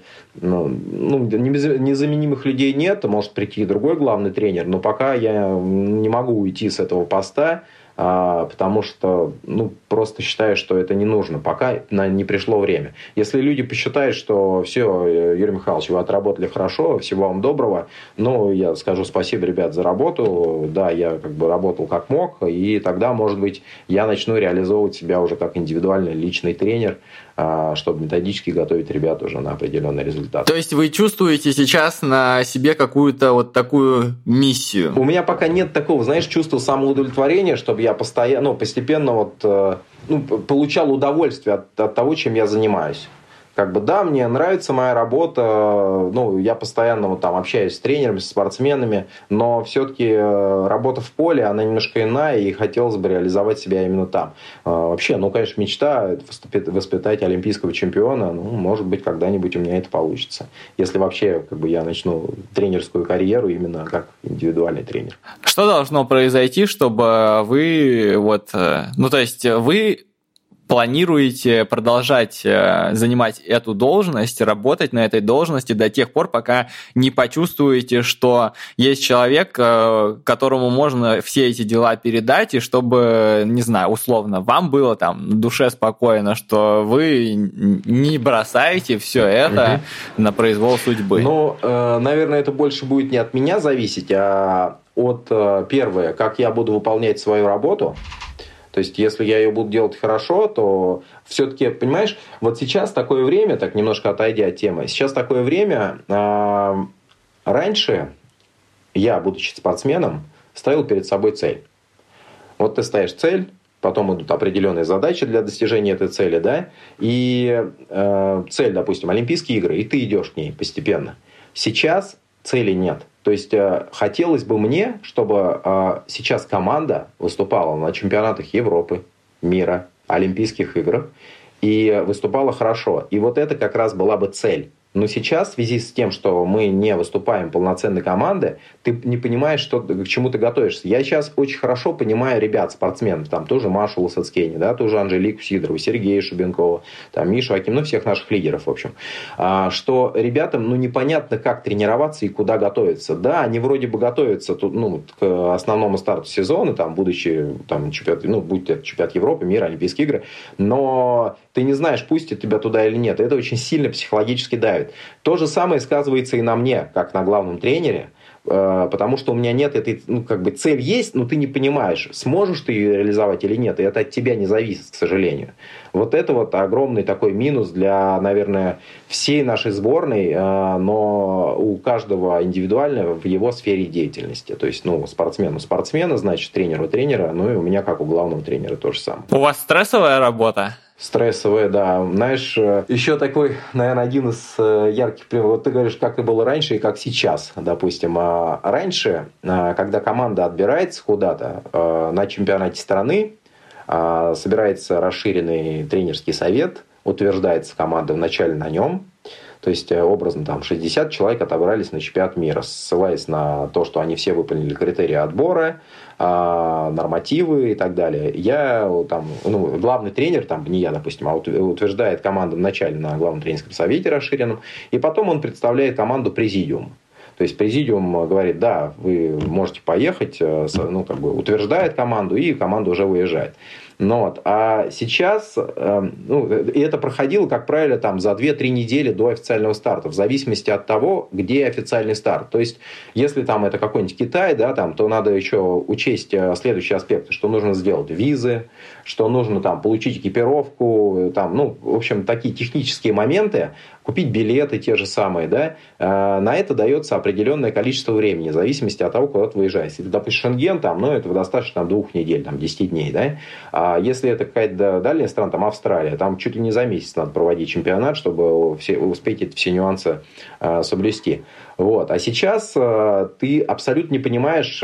незаменимых людей нет, может прийти другой главный тренер, но пока я не могу уйти с этого поста, потому что просто считаю, что это не нужно, пока не пришло время. Если люди посчитают, что все, Юрий Михайлович, вы отработали хорошо, всего вам доброго, я скажу спасибо, ребят, за работу, да, я работал как мог, и тогда, может быть, я начну реализовывать себя уже как индивидуальный личный тренер, чтобы методически готовить ребят уже на определенный результат. То есть вы чувствуете сейчас на себе какую-то вот такую миссию? У меня пока нет такого, чувства самоудовлетворения, чтобы я постепенно получал удовольствие от того, чем я занимаюсь. Да, мне нравится моя работа, я постоянно общаюсь с тренерами, с спортсменами, но все-таки работа в поле, она немножко иная, и хотелось бы реализовать себя именно там. Вообще, конечно, мечта воспитать олимпийского чемпиона, может быть, когда-нибудь у меня это получится. Если вообще я начну тренерскую карьеру именно как индивидуальный тренер. Что должно произойти, чтобы вы вы планируете продолжать занимать эту должность, работать на этой должности до тех пор, пока не почувствуете, что есть человек, которому можно все эти дела передать, и чтобы, не знаю, условно, вам было на душе спокойно, что вы не бросаете все это на произвол судьбы? Наверное, это больше будет не от меня зависеть, а от, первое, как я буду выполнять свою работу. То есть, если я ее буду делать хорошо, то все-таки, понимаешь, вот сейчас такое время, так немножко отойдя от темы, сейчас такое время, раньше я, будучи спортсменом, ставил перед собой цель. Вот ты ставишь цель, потом идут определенные задачи для достижения этой цели, да, и цель, допустим, Олимпийские игры, и ты идешь к ней постепенно. Сейчас цели нет. То есть хотелось бы мне, чтобы сейчас команда выступала на чемпионатах Европы, мира, Олимпийских играх, и выступала хорошо. И вот это как раз была бы цель. Но сейчас, в связи с тем, что мы не выступаем полноценной командой, ты не понимаешь, к чему ты готовишься. Я сейчас очень хорошо понимаю ребят, спортсменов, там тоже Машу Лосацкени, да, тоже Анжелику Сидорову, Сергея Шубенкова, там, Мишу Аким, всех наших лидеров, в общем, что ребятам, непонятно, как тренироваться и куда готовиться. Да, они вроде бы готовятся к основному старту сезона, там, будучи там, будь это чемпионат Европы, мира, Олимпийские игры, но ты не знаешь, пустят тебя туда или нет. Это очень сильно психологически давит. То же самое сказывается и на мне, как на главном тренере, потому что у меня нет этой, цель есть, но ты не понимаешь, сможешь ты ее реализовать или нет, и это от тебя не зависит, к сожалению. Вот это вот огромный такой минус для, наверное, всей нашей сборной, но у каждого индивидуально в его сфере деятельности. То есть, спортсмену спортсмена, значит, тренеру тренера, и у меня, как у главного тренера, то же самое. У вас стрессовая работа? Стрессовая, да. Знаешь, еще такой, наверное, один из ярких примеров. Вот ты говоришь, как это было раньше и как сейчас, допустим. Раньше, когда команда отбирается куда-то на чемпионате страны, собирается расширенный тренерский совет, утверждается команда вначале на нем. То есть, образно, 60 человек отобрались на чемпионат мира, ссылаясь на то, что они все выполнили критерии отбора, нормативы и так далее. Главный тренер, не я, допустим, утверждает команду вначале на главном тренерском совете расширенном, и потом он представляет команду президиуму. То есть, президиум говорит, да, вы можете поехать, утверждает команду, и команда уже выезжает. А сейчас, и это проходило, как правило, за 2-3 недели до официального старта, в зависимости от того, где официальный старт. То есть, если это какой-нибудь Китай, да, то надо еще учесть следующие аспекты, что нужно сделать визы, что нужно получить экипировку, в общем, такие технические моменты, купить билеты те же самые, да, на это дается определенное количество времени, в зависимости от того, куда ты выезжаешь. Если, допустим, Шенген, этого достаточно 2 недель, 10 дней, да. А если это какая-то дальняя страна, Австралия, там чуть ли не за месяц надо проводить чемпионат, чтобы успеть эти все нюансы соблюсти. А сейчас ты абсолютно не понимаешь,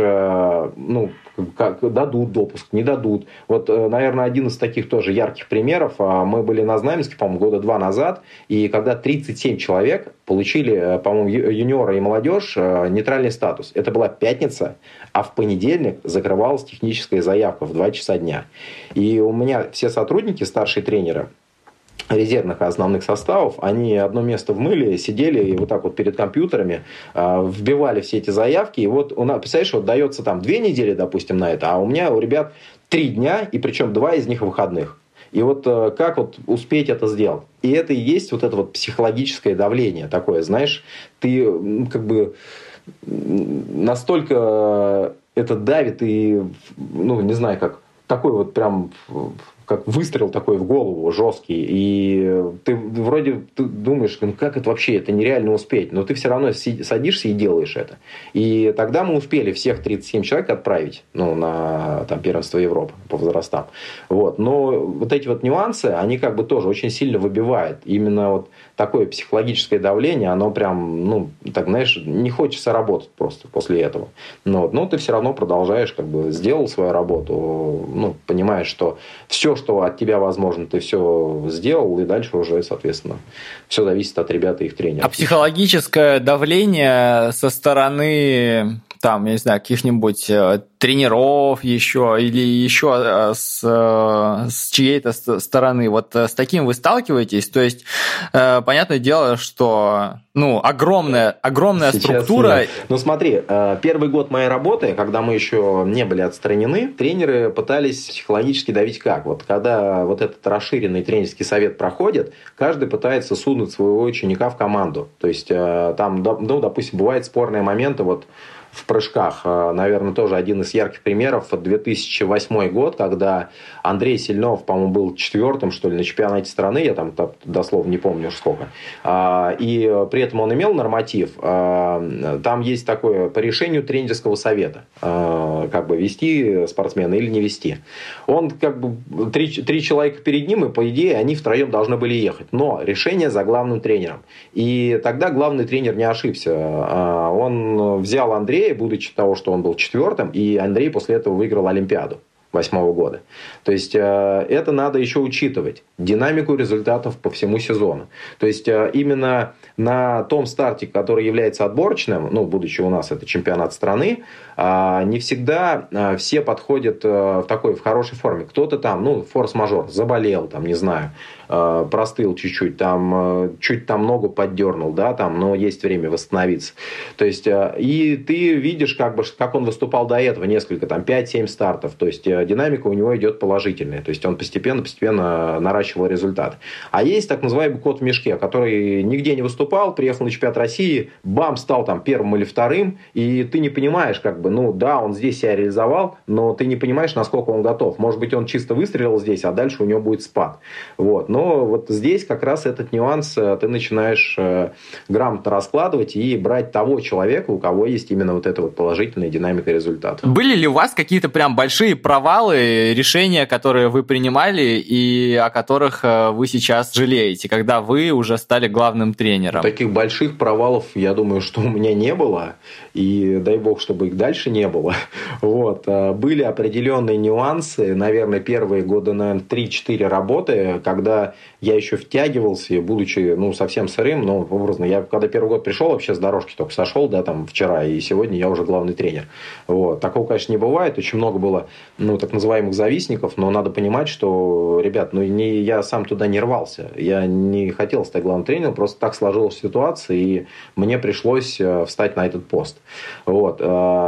как дадут допуск, не дадут. Наверное, один из таких тоже ярких примеров. Мы были на Знаменске, по-моему, года 2 назад, и когда 37 человек получили, по-моему, юниоры и молодежь нейтральный статус. Это была пятница, а в понедельник закрывалась техническая заявка в 2 часа дня. И у меня все сотрудники, старшие тренеры резервных и основных составов, они одно место в мыле сидели и перед компьютерами вбивали все эти заявки. И представляешь, дается 2 недели, допустим, на это, а у меня у ребят 3 дня, и причем 2 из них выходных. И как успеть это сделать? И это и есть это психологическое давление такое, знаешь, ты настолько это давит и, не знаю, как такой прям как выстрел такой в голову жесткий, и ты вроде думаешь, как это вообще, это нереально успеть, но ты все равно садишься и делаешь это. И тогда мы успели всех 37 человек отправить на первенство Европы по возрастам. Но эти нюансы, они тоже очень сильно выбивают. Именно такое психологическое давление, оно прям, знаешь, не хочется работать просто после этого. Но ты все равно продолжаешь, сделал свою работу, понимаешь, что все, что от тебя возможно, ты все сделал, и дальше уже, соответственно, все зависит от ребят и их тренеров. А психологическое давление со стороны, я не знаю, каких-нибудь тренеров еще, или еще с чьей-то стороны, с таким вы сталкиваетесь? То есть, понятное дело, что, огромная структура. Нет. Смотри, первый год моей работы, когда мы еще не были отстранены, тренеры пытались психологически давить как? Когда этот расширенный тренерский совет проходит, каждый пытается сунуть своего ученика в команду. То есть, допустим, бывают спорные моменты, в прыжках. Наверное, тоже один из ярких примеров. 2008 год, когда Андрей Сильнов, по-моему, был 4-м, что ли, на чемпионате страны, я там дословно не помню сколько. И при этом он имел норматив. Там есть такое по решению тренерского совета, как бы вести спортсмена или не вести. Он как бы три человека перед ним, и по идее они втроем должны были ехать. Но решение за главным тренером. И тогда главный тренер не ошибся. Он взял Андрея, будучи того, что он был 4-м, и Андрей после этого выиграл Олимпиаду 2008 года. То есть это надо еще учитывать. Динамику результатов по всему сезону. То есть именно на том старте, который является отборочным, ну, будучи у нас это чемпионат страны, не всегда все подходят в хорошей форме. Кто-то там, ну, форс-мажор, заболел, там, не знаю, простыл чуть-чуть, там, чуть там ногу поддернул, да, там, но есть время восстановиться. То есть, и ты видишь, как он выступал до этого, несколько, там, 5-7 стартов. То есть, динамика у него идет положительная. То есть, он постепенно наращивал результат. А есть так называемый кот в мешке, который нигде не выступал, приехал на чемпионат России, бам, стал там первым или вторым, и ты не понимаешь, как бы, ну, да, он здесь себя реализовал, но ты не понимаешь, насколько он готов. Может быть, он чисто выстрелил здесь, а дальше у него будет спад. Вот. Но вот здесь как раз этот нюанс ты начинаешь грамотно раскладывать и брать того человека, у кого есть именно вот эта вот положительная динамика результата. Были ли у вас какие-то прям большие провалы, решения, которые вы принимали и о которых вы сейчас жалеете, когда вы уже стали главным тренером? Таких больших провалов, я думаю, что у меня не было. И дай бог, чтобы их дальше не было. Вот. Были определенные нюансы. Наверное, первые года, 3-4 работы, когда я еще втягивался, будучи, ну, совсем сырым, но образно. Я когда первый год пришел, вообще с дорожки только сошел, да, там, вчера, и сегодня я уже главный тренер. Вот. Такого, конечно, не бывает. Очень много было, ну, так называемых завистников, но надо понимать, что, ребят, ну, я сам туда не рвался. Я не хотел стать главным тренером, просто так сложилась ситуация, и мне пришлось встать на этот пост. Вот.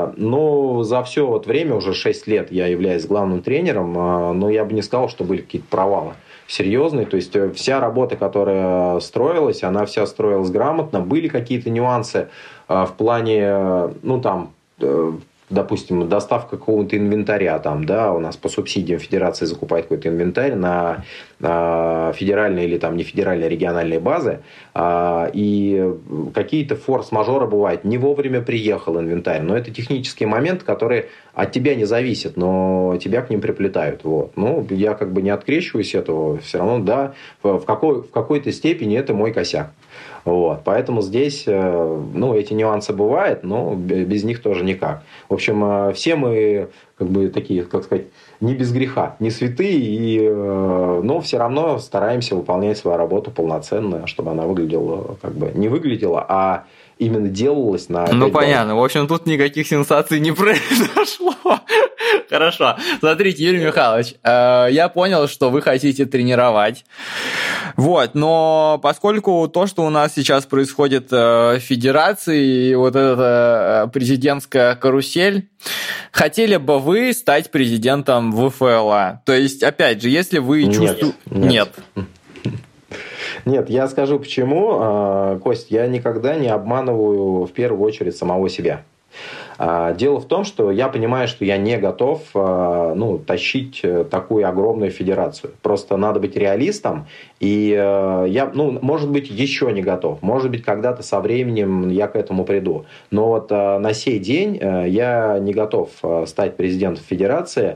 Но за все вот время, уже 6 лет я являюсь главным тренером, но я бы не сказал, что были какие-то провалы серьезные. То есть вся работа, которая строилась, она вся строилась грамотно. Были какие-то нюансы в плане, ну, там, допустим, доставка какого-то инвентаря, там, да, у нас по субсидиям федерации закупает какой-то инвентарь на федеральные или там не федеральные, региональные базы, и какие-то форс-мажоры бывают. Не вовремя приехал инвентарь, но это технические моменты, которые от тебя не зависят, но тебя к ним приплетают. Вот. Ну, я как бы не открещиваюсь этого, все равно, да, в какой-то степени это мой косяк. Вот. Поэтому здесь, ну, эти нюансы бывают, но без них тоже никак. В общем, все мы как бы такие, как сказать, не без греха, не святые, но все равно стараемся выполнять свою работу полноценно, чтобы она выглядела, как бы не выглядела, а именно делалось на... Ну, понятно. В общем, тут никаких сенсаций не произошло. Хорошо. Смотрите, Юрий Михайлович, я понял, что вы хотите тренировать. Вот, но поскольку то, что у нас сейчас происходит в Федерации, и вот эта президентская карусель, хотели бы вы стать президентом ВФЛА? То есть, опять же, если вы чувствуете... Нет. Нет, я скажу почему. Кость, я никогда не обманываю в первую очередь самого себя. Дело в том, что я понимаю, что я не готов тащить такую огромную федерацию. Просто надо быть реалистом. И я, может быть, еще не готов. Может быть, когда-то со временем я к этому приду. Но вот на сей день я не готов стать президентом федерации.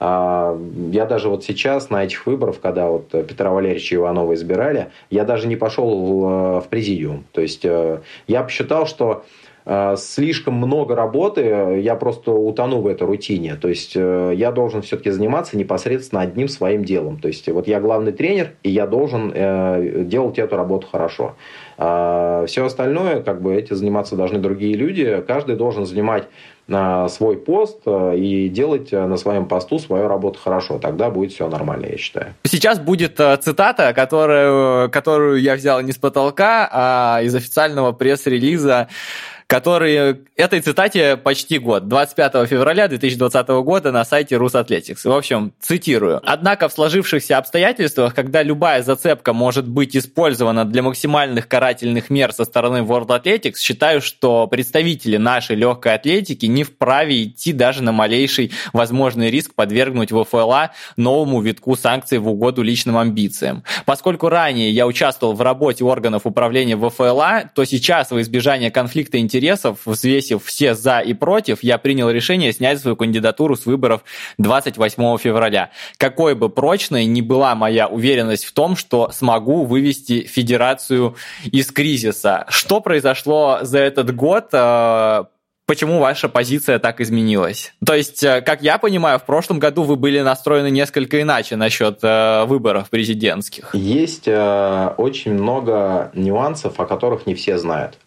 Я даже вот сейчас на этих выборах, когда вот Петра Валерьевича Иванова избирали, я даже не пошел в президиум. То есть я посчитал, что слишком много работы, я просто утону в этой рутине. То есть я должен все-таки заниматься непосредственно одним своим делом. То есть вот я главный тренер, и я должен делать эту работу хорошо. Все остальное, как бы, этим заниматься должны другие люди. Каждый должен занимать свой пост и делать на своем посту свою работу хорошо. Тогда будет все нормально, я считаю. Сейчас будет цитата, которую я взял не с потолка, а из официального пресс-релиза который этой цитате почти год, 25 февраля 2020 года на сайте Русатлетикс. В общем, цитирую. «Однако в сложившихся обстоятельствах, когда любая зацепка может быть использована для максимальных карательных мер со стороны World Athletics, считаю, что представители нашей легкой атлетики не вправе идти даже на малейший возможный риск подвергнуть ВФЛА новому витку санкций в угоду личным амбициям. Поскольку ранее я участвовал в работе органов управления ВФЛА, то сейчас во избежание конфликта интересов, взвесив все за и против, я принял решение снять свою кандидатуру с выборов 28 февраля. Какой бы прочной ни была моя уверенность в том, что смогу вывести федерацию из кризиса». Что произошло за этот год? Почему ваша позиция так изменилась? То есть, как я понимаю, в прошлом году вы были настроены несколько иначе насчет выборов президентских. Есть очень много нюансов, о которых не все знают.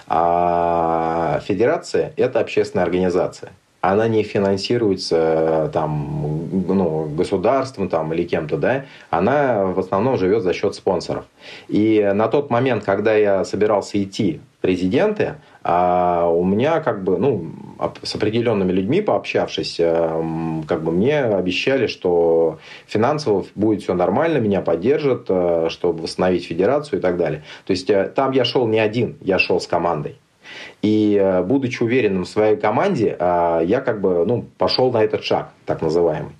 А федерация – это общественная организация. Она не финансируется государством или кем-то, да? Она в основном живет за счет спонсоров. И на тот момент, когда я собирался идти в президенты, у меня с определенными людьми пообщавшись, мне обещали, что финансово будет все нормально, меня поддержат, чтобы восстановить федерацию и так далее. То есть там я шел не один, я шел с командой. И будучи уверенным в своей команде, я пошел на этот шаг, так называемый.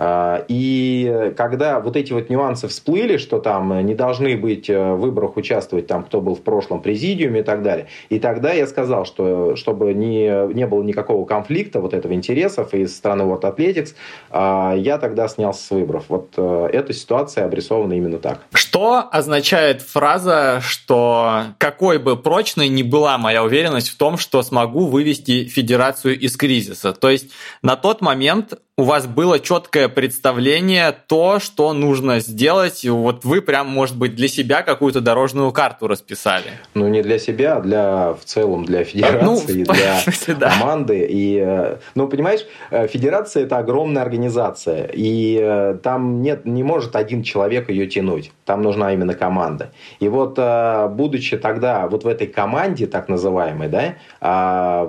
И когда вот эти вот нюансы всплыли, что там не должны быть в выборах участвовать там, кто был в прошлом президиуме и так далее, и тогда я сказал, что чтобы не было никакого конфликта вот этого интересов из стороны World Athletics, я тогда снялся с выборов. Вот эта ситуация обрисована именно так. Что означает фраза, что какой бы прочной ни была моя уверенность в том, что смогу вывести федерацию из кризиса? То есть на тот момент у вас было четкое представление то, что нужно сделать. Вот вы прям, может быть, для себя какую-то дорожную карту расписали. Ну, не для себя, а в целом для федерации, для команды. И, понимаешь, федерация – это огромная организация. И там не может один человек ее тянуть. Там нужна именно команда. И вот, будучи тогда вот в этой команде, так называемой, да,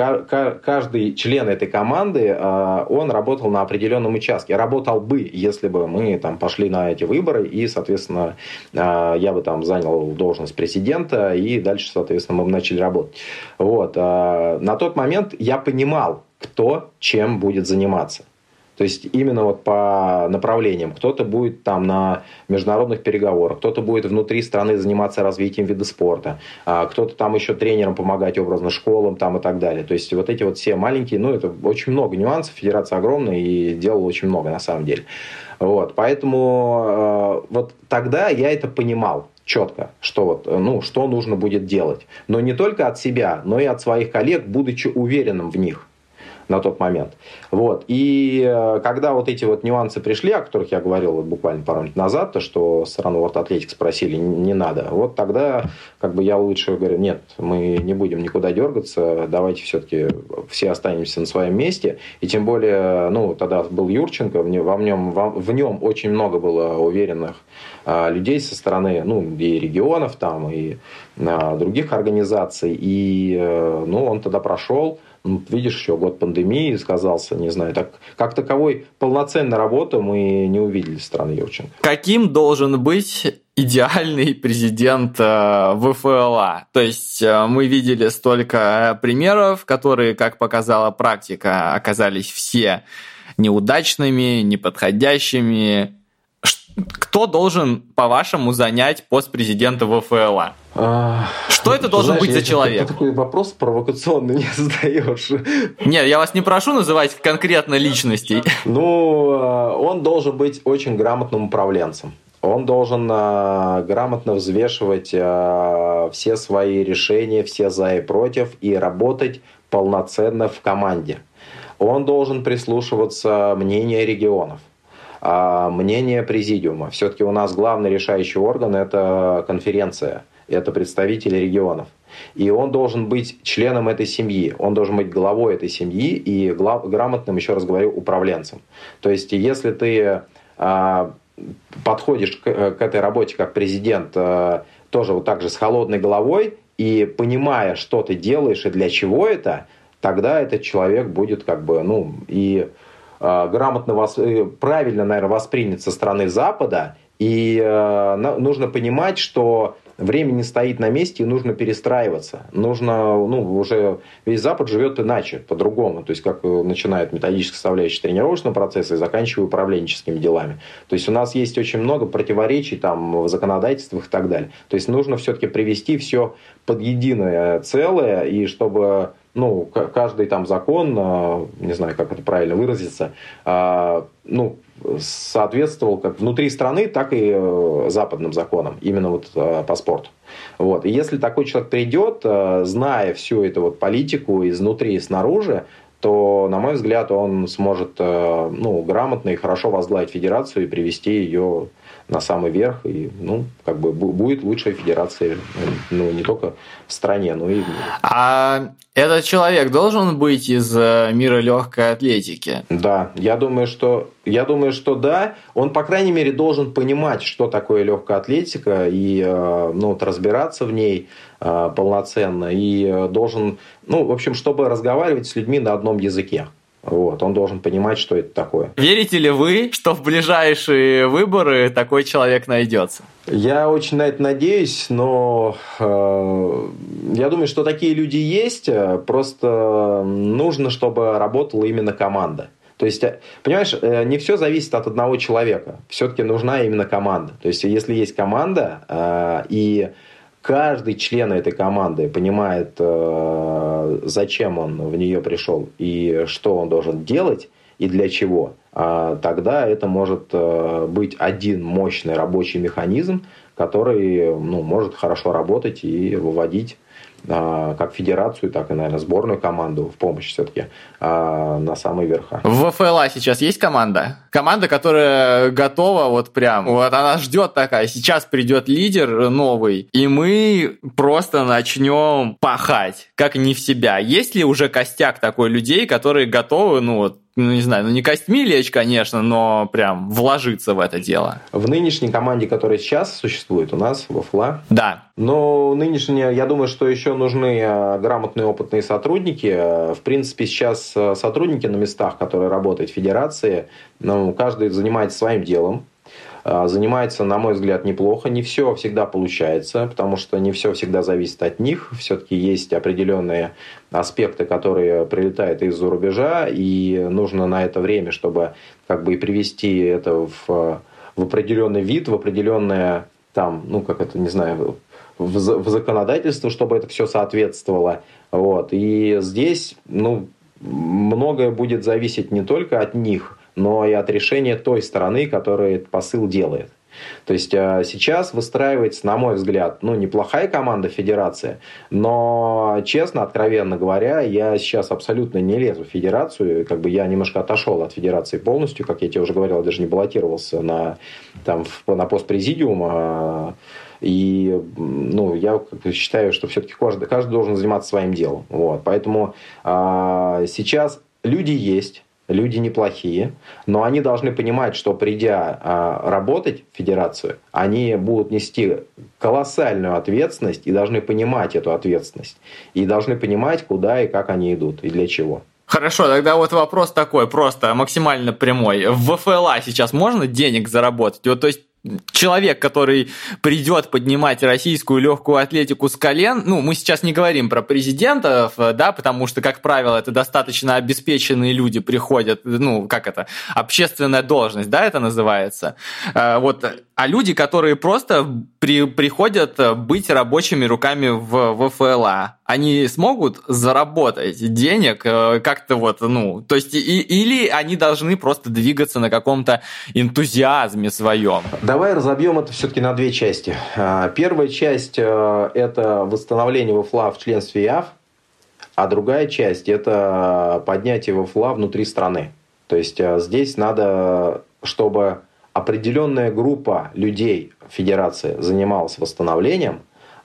каждый член этой команды, он работал на определенном участке. Работал бы, если бы мы там пошли на эти выборы, и, соответственно, я бы там занял должность президента, и дальше, соответственно, мы бы начали работать. Вот. На тот момент я понимал, кто чем будет заниматься. То есть именно вот по направлениям. Кто-то будет там на международных переговорах, кто-то будет внутри страны заниматься развитием вида спорта, кто-то там еще тренерам помогать образно, школам там и так далее. То есть вот эти вот все маленькие, это очень много нюансов, федерация огромная и делала очень много на самом деле. Вот. Поэтому вот тогда я это понимал четко, что что нужно будет делать. Но не только от себя, но и от своих коллег, будучи уверенным в них на тот момент. Вот. И когда вот эти вот нюансы пришли, о которых я говорил вот буквально пару минут назад, то, что со стороны World Athletics спросили, не надо. Вот тогда я лучше говорю, нет, мы не будем никуда дергаться, давайте все-таки все останемся на своем месте. И тем более, тогда был Юрченко, в нем очень много было уверенных людей со стороны, и регионов там, и других организаций. И, он тогда прошел. Видишь, еще год пандемии сказался, не знаю, как таковой полноценной работы мы не увидели со стороны Юрченко. Каким должен быть идеальный президент ВФЛА? То есть мы видели столько примеров, которые, как показала практика, оказались все неудачными, неподходящими. Кто должен, по-вашему, занять пост президента ВФЛА? Что это должен быть за человек? Ты такой вопрос провокационный не задаешь. Нет, я вас не прошу называть конкретно личностей. Он должен быть очень грамотным управленцем. Он должен грамотно взвешивать все свои решения, все за и против, и работать полноценно в команде. Он должен прислушиваться мнению регионов, мнение президиума. Все-таки у нас главный решающий орган – это конференция, это представители регионов. И он должен быть членом этой семьи, он должен быть главой этой семьи и грамотным, еще раз говорю, управленцем. То есть, если ты подходишь к этой работе как президент тоже вот так же с холодной головой и понимая, что ты делаешь и для чего это, тогда этот человек будет грамотно, правильно, наверное, воспринят со стороны Запада. И нужно понимать, что время не стоит на месте, и нужно перестраиваться. Нужно, уже весь Запад живет иначе, по-другому. То есть, как начинает методическая составляющая тренировочного процесса и заканчивая управленческими делами. То есть, у нас есть очень много противоречий там, в законодательствах и так далее. То есть, нужно все-таки привести все под единое целое, и чтобы каждый там закон, не знаю, как это правильно выразиться, соответствовал как внутри страны, так и западным законам, именно вот по спорту. Вот. И если такой человек придет, зная всю эту политику изнутри и снаружи, то, на мой взгляд, он сможет грамотно и хорошо возглавить федерацию и привести ее на самый верх. И будет лучшая федерация не только в стране, но и в мире. А этот человек должен быть из мира легкой атлетики? Да, я думаю, что да. Он, по крайней мере, должен понимать, что такое легкая атлетика, и разбираться в ней полноценно. И должен, чтобы разговаривать с людьми на одном языке. Вот, он должен понимать, что это такое. Верите ли вы, что в ближайшие выборы такой человек найдется? Я очень на это надеюсь, но я думаю, что такие люди есть. Просто нужно, чтобы работала именно команда. То есть, понимаешь, не все зависит от одного человека. Все-таки нужна именно команда. То есть, если есть команда, и каждый член этой команды понимает, зачем он в нее пришел и что он должен делать и для чего, тогда это может быть один мощный рабочий механизм, который может хорошо работать и выводить как федерацию, так и, наверное, сборную команду в помощь все-таки на самые верха. В ВФЛА сейчас есть команда? Команда, которая готова она ждет такая, сейчас придет лидер новый, и мы просто начнем пахать, как не в себя. Есть ли уже костяк такой людей, которые готовы, не костьми лечь, конечно, но прям вложиться в это дело? В нынешней команде, которая сейчас существует у нас, в ВФЛА? Да. Но нынешние, я думаю, что еще нужны грамотные, опытные сотрудники. В принципе, сейчас сотрудники на местах, которые работают в федерации, каждый занимается своим делом. Занимается, на мой взгляд, неплохо. Не все всегда получается, потому что не все всегда зависит от них. Все-таки есть определенные аспекты, которые прилетают из-за рубежа, и нужно на это время, чтобы и привести это в определенный вид, в определенное в законодательство, чтобы это все соответствовало. Вот. И здесь многое будет зависеть не только от них, но и от решения той стороны, которая этот посыл делает. То есть сейчас выстраивается, на мой взгляд, неплохая команда федерации, но, честно, откровенно говоря, я сейчас абсолютно не лезу в федерацию, я немножко отошел от федерации полностью, как я тебе уже говорил, я даже не баллотировался на пост президиума. И я считаю, что все-таки каждый должен заниматься своим делом. Вот. Поэтому сейчас люди есть, люди неплохие, но они должны понимать, что придя работать в федерацию, они будут нести колоссальную ответственность и должны понимать эту ответственность. И должны понимать, куда и как они идут и для чего. Хорошо, тогда вопрос такой, просто максимально прямой. В ВФЛА сейчас можно денег заработать? То есть человек, который придет поднимать российскую легкую атлетику с колен, мы сейчас не говорим про президентов, да, потому что, как правило, это достаточно обеспеченные люди приходят, общественная должность, да, это называется. А люди, которые просто приходят быть рабочими руками в ВФЛА, они смогут заработать денег как-то то есть или они должны просто двигаться на каком-то энтузиазме своем? Давай разобьем это все-таки на две части. Первая часть – это восстановление ВФЛА в членстве ИАФ, а другая часть – это поднятие ВФЛА внутри страны. То есть здесь надо, чтобы определенная группа людей Федерации занималась восстановлением,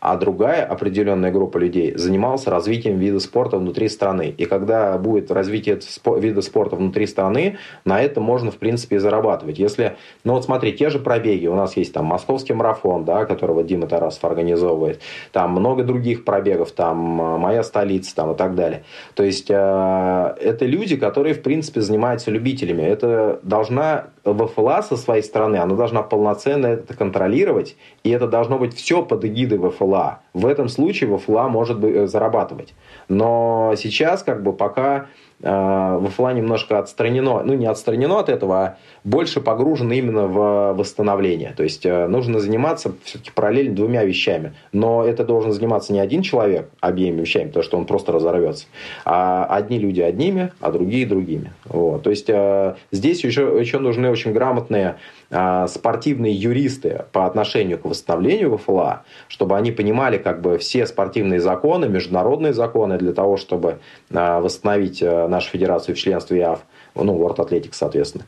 а другая определенная группа людей занималась развитием вида спорта внутри страны. И когда будет развитие вида спорта внутри страны, на это можно, в принципе, и зарабатывать. Если, ну вот смотри, те же пробеги, у нас есть там московский марафон, да, которого Дима Тарасов организовывает, там много других пробегов, там «Моя столица» там, и так далее. То есть это люди, которые, в принципе, занимаются любителями. Это должна ВФЛА со своей стороны, она должна полноценно это контролировать, и это должно быть все под эгидой ВФЛА. В этом случае ВФЛА может зарабатывать. Но сейчас как бы пока ВФЛА немножко отстранено, ну не отстранено от этого, а больше погружено именно в восстановление. То есть нужно заниматься все-таки параллельно двумя вещами. Но это должен заниматься не один человек обеими вещами, потому что он просто разорвется. А одни люди одними, а другие другими. Вот. То есть здесь еще нужны очень грамотные спортивные юристы по отношению к восстановлению ВФЛА, чтобы они понимали как бы все спортивные законы, международные законы для того, чтобы восстановить нашу федерацию в членстве ИАФ, ну, World Athletics, соответственно.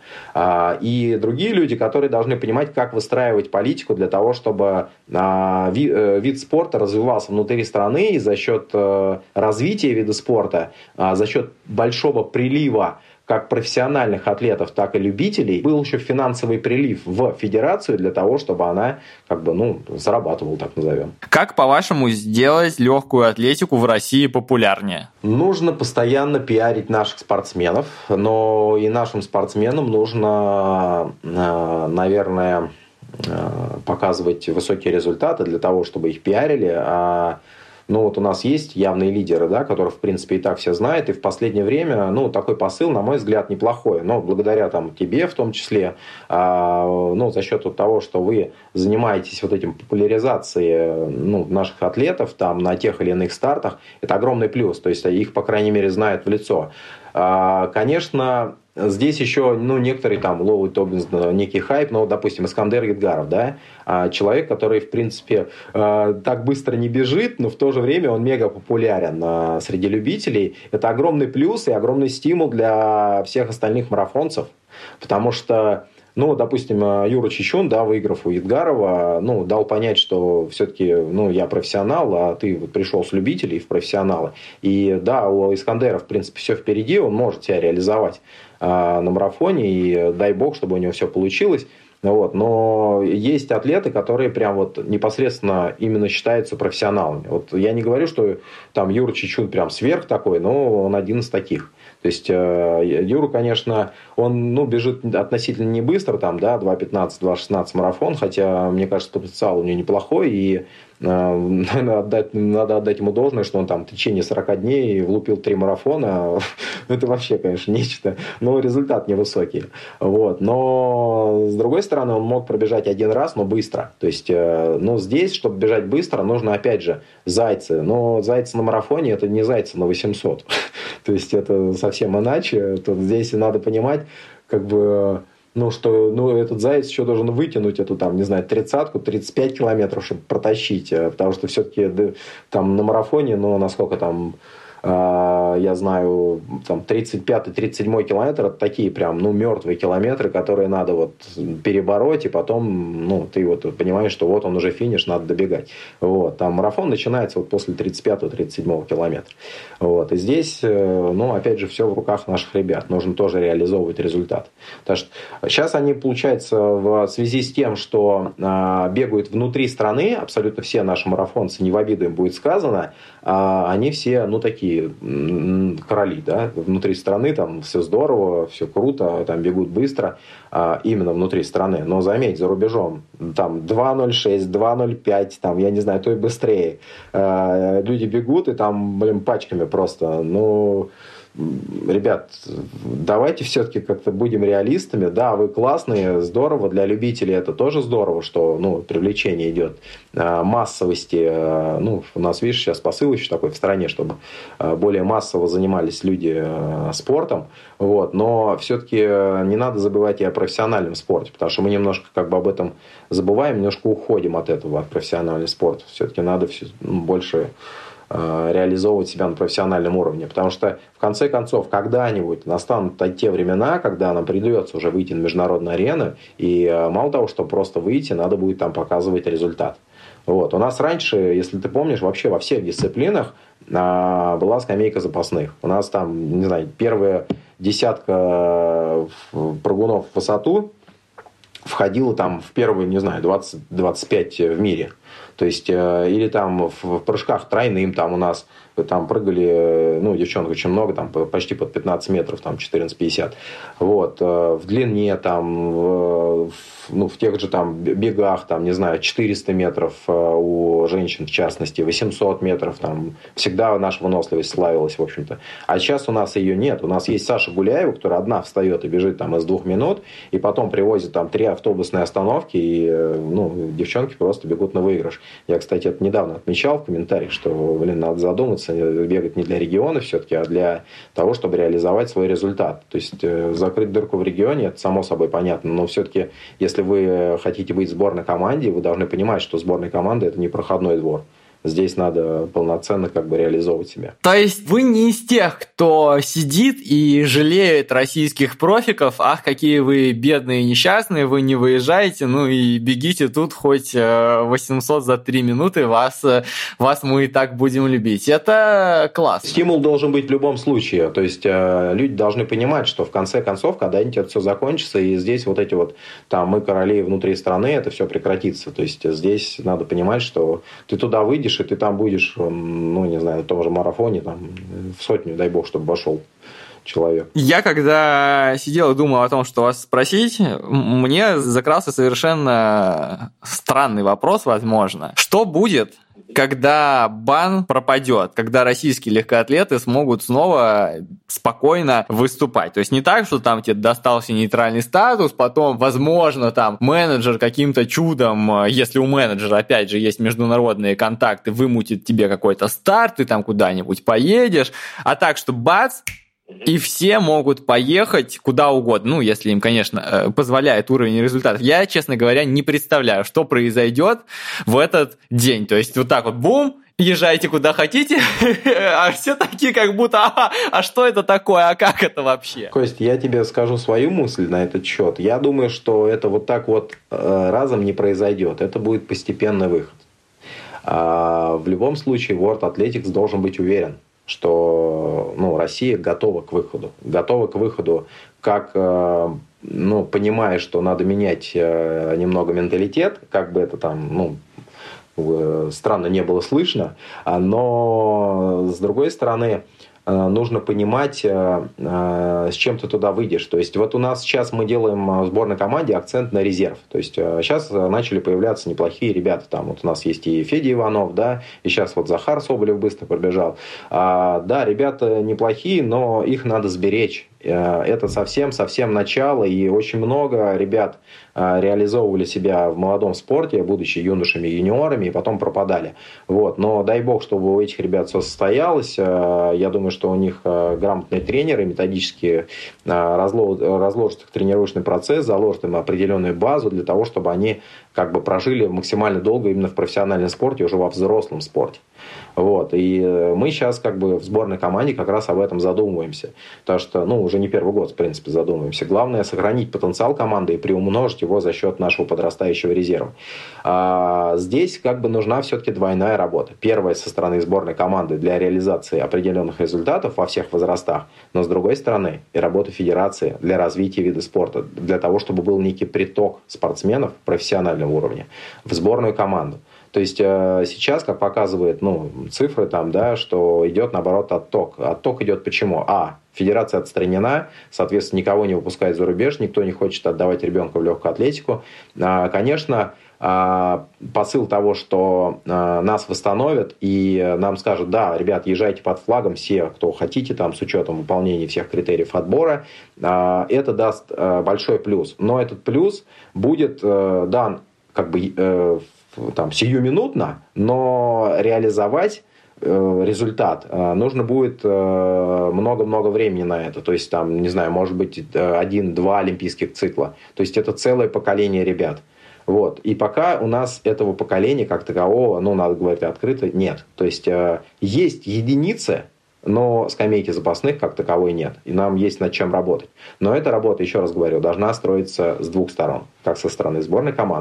И другие люди, которые должны понимать, как выстраивать политику для того, чтобы вид спорта развивался внутри страны и за счет развития вида спорта, за счет большого прилива как профессиональных атлетов, так и любителей, был еще финансовый прилив в федерацию для того, чтобы она как бы, ну, зарабатывала, так назовем. Как, по-вашему, сделать легкую атлетику в России популярнее? Нужно постоянно пиарить наших спортсменов, но и нашим спортсменам нужно, наверное, показывать высокие результаты для того, чтобы их пиарили. Ну, вот у нас есть явные лидеры, да, которых, в принципе, и так все знают, и в последнее время, ну, такой посыл, на мой взгляд, неплохой. Но благодаря там тебе, в том числе, ну, за счет того, что вы занимаетесь вот этим популяризацией, ну, наших атлетов там на тех или иных стартах, это огромный плюс. То есть их, по крайней мере, знают в лицо. Конечно, здесь еще, ну, некоторые там ловят некий хайп, но, допустим, Искандер Едгаров, да, человек, который, в принципе, так быстро не бежит, но в то же время он мега популярен среди любителей. Это огромный плюс и огромный стимул для всех остальных марафонцев, потому что, ну, допустим, Юра Чечун, да, выиграв у Едгарова, ну, дал понять, что все-таки, ну, я профессионал, а ты вот пришел с любителей в профессионалы. И да, у Искандера, в принципе, все впереди, он может себя реализовать на марафоне, и дай бог, чтобы у него все получилось. Вот. Но есть атлеты, которые прям вот непосредственно именно считаются профессионалами. Вот я не говорю, что там Юра Чечун прям сверх такой, но он один из таких. То есть Юра, конечно, он, ну, бежит относительно не быстро, там, да, 2.15, 2.16 марафон, хотя, мне кажется, потенциал у него неплохой, и надо отдать ему должное, что он там в течение 40 дней влупил 3 марафона. Это вообще, конечно, нечто. Но результат невысокий. Вот. Но, с другой стороны, он мог пробежать один раз, но быстро. То есть, ну, здесь, чтобы бежать быстро, нужно, опять же, зайцы. Но зайцы на марафоне – это не зайцы на 800. То есть, это совсем иначе. Тут здесь надо понимать, как бы, ну, что, ну, этот заяц еще должен вытянуть эту, там, не знаю, 30-ку, 35 километров, чтобы протащить. Потому что все-таки там на марафоне, ну, насколько там, я знаю, там 35-37 километр, это такие прям, ну, мертвые километры, которые надо вот перебороть, и потом, ну, ты вот понимаешь, что вот он уже финиш, надо добегать. Вот. Там марафон начинается вот после 35-37 километра. Вот. И здесь, ну, опять же, все в руках наших ребят. Нужно тоже реализовывать результат. Потому что сейчас они, получается, в связи с тем, что бегают внутри страны, абсолютно все наши марафонцы, не в обиду им будет сказано, они все, ну, такие короли, да, внутри страны, там все здорово, все круто, там бегут быстро, именно внутри страны. Но заметь, за рубежом, там 2.06, 2.05, там, я не знаю, то и быстрее. Люди бегут, и там, блин, пачками просто, ну... Ребят, давайте все-таки как-то будем реалистами. Да, вы классные, здорово, для любителей это тоже здорово, что, ну, привлечение идет, массовости. Ну, у нас, видишь, сейчас посыл еще такой в стране, чтобы более массово занимались люди спортом. Вот. Но все-таки не надо забывать и о профессиональном спорте, потому что мы немножко как бы об этом забываем, немножко уходим от этого, от профессионального спорта. Все-таки надо больше реализовывать себя на профессиональном уровне. Потому что, в конце концов, когда-нибудь настанут те времена, когда нам придется уже выйти на международную арену, и мало того, что просто выйти, надо будет там показывать результат. Вот. У нас раньше, если ты помнишь, вообще во всех дисциплинах была скамейка запасных. У нас там, не знаю, первая десятка прыгунов в высоту входила там в первые, не знаю, 20-25 в мире. То есть, или там в прыжках тройным там у нас там прыгали, ну, девчонок очень много, там почти под 15 метров, там 14-50. Вот. В длине там, в тех же там бегах, там, не знаю, 400 метров у женщин, в частности, 800 метров, там всегда наша выносливость славилась, в общем-то. А сейчас у нас ее нет. У нас есть Саша Гуляева, которая одна встает и бежит там из 2 минут, и потом привозит там 3 автобусные остановки, и, ну, девчонки просто бегут на выигрыш. Я, кстати, это недавно отмечал в комментариях, что, надо задуматься, бегать не для региона все-таки, а для того, чтобы реализовать свой результат. То есть, закрыть дырку в регионе, это само собой понятно, но все-таки, если вы хотите быть в сборной команде, вы должны понимать, что сборная команда – это не проходной двор. Здесь надо полноценно как бы реализовывать себя. То есть вы не из тех, кто сидит и жалеет российских профиков, ах, какие вы бедные и несчастные, вы не выезжаете, ну и бегите тут хоть 800 за 3 минуты, вас мы и так будем любить. Это классно. Стимул должен быть в любом случае. То есть люди должны понимать, что в конце концов, когда-нибудь это все закончится, и здесь вот эти вот, там, мы короли внутри страны, это все прекратится. То есть здесь надо понимать, что ты туда выйдешь, и ты там будешь, ну, не знаю, на том же марафоне, там, в 100, дай бог, чтобы вошел человек. Я когда сидел и думал о том, что вас спросить, мне закрался совершенно странный вопрос, возможно. Что будет, когда бан пропадет, когда российские легкоатлеты смогут снова спокойно выступать? То есть не так, что там тебе достался нейтральный статус, потом, возможно, там менеджер каким-то чудом, если у менеджера, опять же, есть международные контакты, вымутит тебе какой-то старт, ты там куда-нибудь поедешь, а так, что бац, и все могут поехать куда угодно, ну, если им, конечно, позволяет уровень результатов. Я, честно говоря, не представляю, что произойдет в этот день. То есть вот так вот, бум, езжайте куда хотите, а все такие как будто, а что это такое, а как это вообще? Кость, я тебе скажу свою мысль на этот счет. Я думаю, что это вот так вот разом не произойдет. Это будет постепенный выход. В любом случае, World Athletics должен быть уверен, что, ну, Россия готова к выходу. Готова к выходу, как, ну, понимая, что надо менять немного менталитет, как бы это там, ну, странно не было слышно, но, с другой стороны, нужно понимать, с чем ты туда выйдешь. То есть, вот у нас сейчас мы делаем в сборной команде акцент на резерв. То есть, сейчас начали появляться неплохие ребята. Там вот у нас есть и Федя Иванов, да, и сейчас вот Захар Соболев быстро пробежал. Да, ребята неплохие, но их надо сберечь. Это совсем начало, и очень много ребят реализовывали себя в молодом спорте, будучи юношами и юниорами, и потом пропадали. Вот. Но дай бог, чтобы у этих ребят все состоялось. Я думаю, что у них грамотные тренеры, методически разложат их тренировочный процесс, заложат им определенную базу для того, чтобы они как бы прожили максимально долго именно в профессиональном спорте, уже во взрослом спорте. Вот. И мы сейчас как бы в сборной команде как раз об этом задумываемся. Потому что, ну, уже не первый год, в принципе, задумываемся. Главное сохранить потенциал команды и приумножить его за счет нашего подрастающего резерва. Здесь как бы нужна все-таки двойная работа. Первая со стороны сборной команды для реализации определенных результатов во всех возрастах. Но с другой стороны и работа федерации для развития вида спорта. Для того, чтобы был некий приток спортсменов профессионального уровня в сборную команду. То есть сейчас, как показывают, ну, цифры, там, да, что идет, наоборот, отток. Отток идет почему? Федерация отстранена, соответственно, никого не выпускает за рубеж, никто не хочет отдавать ребенка в легкую атлетику. Конечно, посыл того, что нас восстановят и нам скажут, да, ребят, езжайте под флагом все, кто хотите, там, с учетом выполнения всех критериев отбора, это даст большой плюс. Но этот плюс будет дан как бы там сиюминутно, но реализовать результат нужно будет много-много времени на это. То есть, там, не знаю, может быть, 1-2 олимпийских цикла. То есть, это целое поколение ребят. Вот. И пока у нас этого поколения как такового, ну, надо говорить открыто, нет. То есть, есть единицы, но скамейки запасных как таковой нет. И нам есть над чем работать. Но эта работа, еще раз говорю, должна строиться с двух сторон. Как со стороны сборной команды,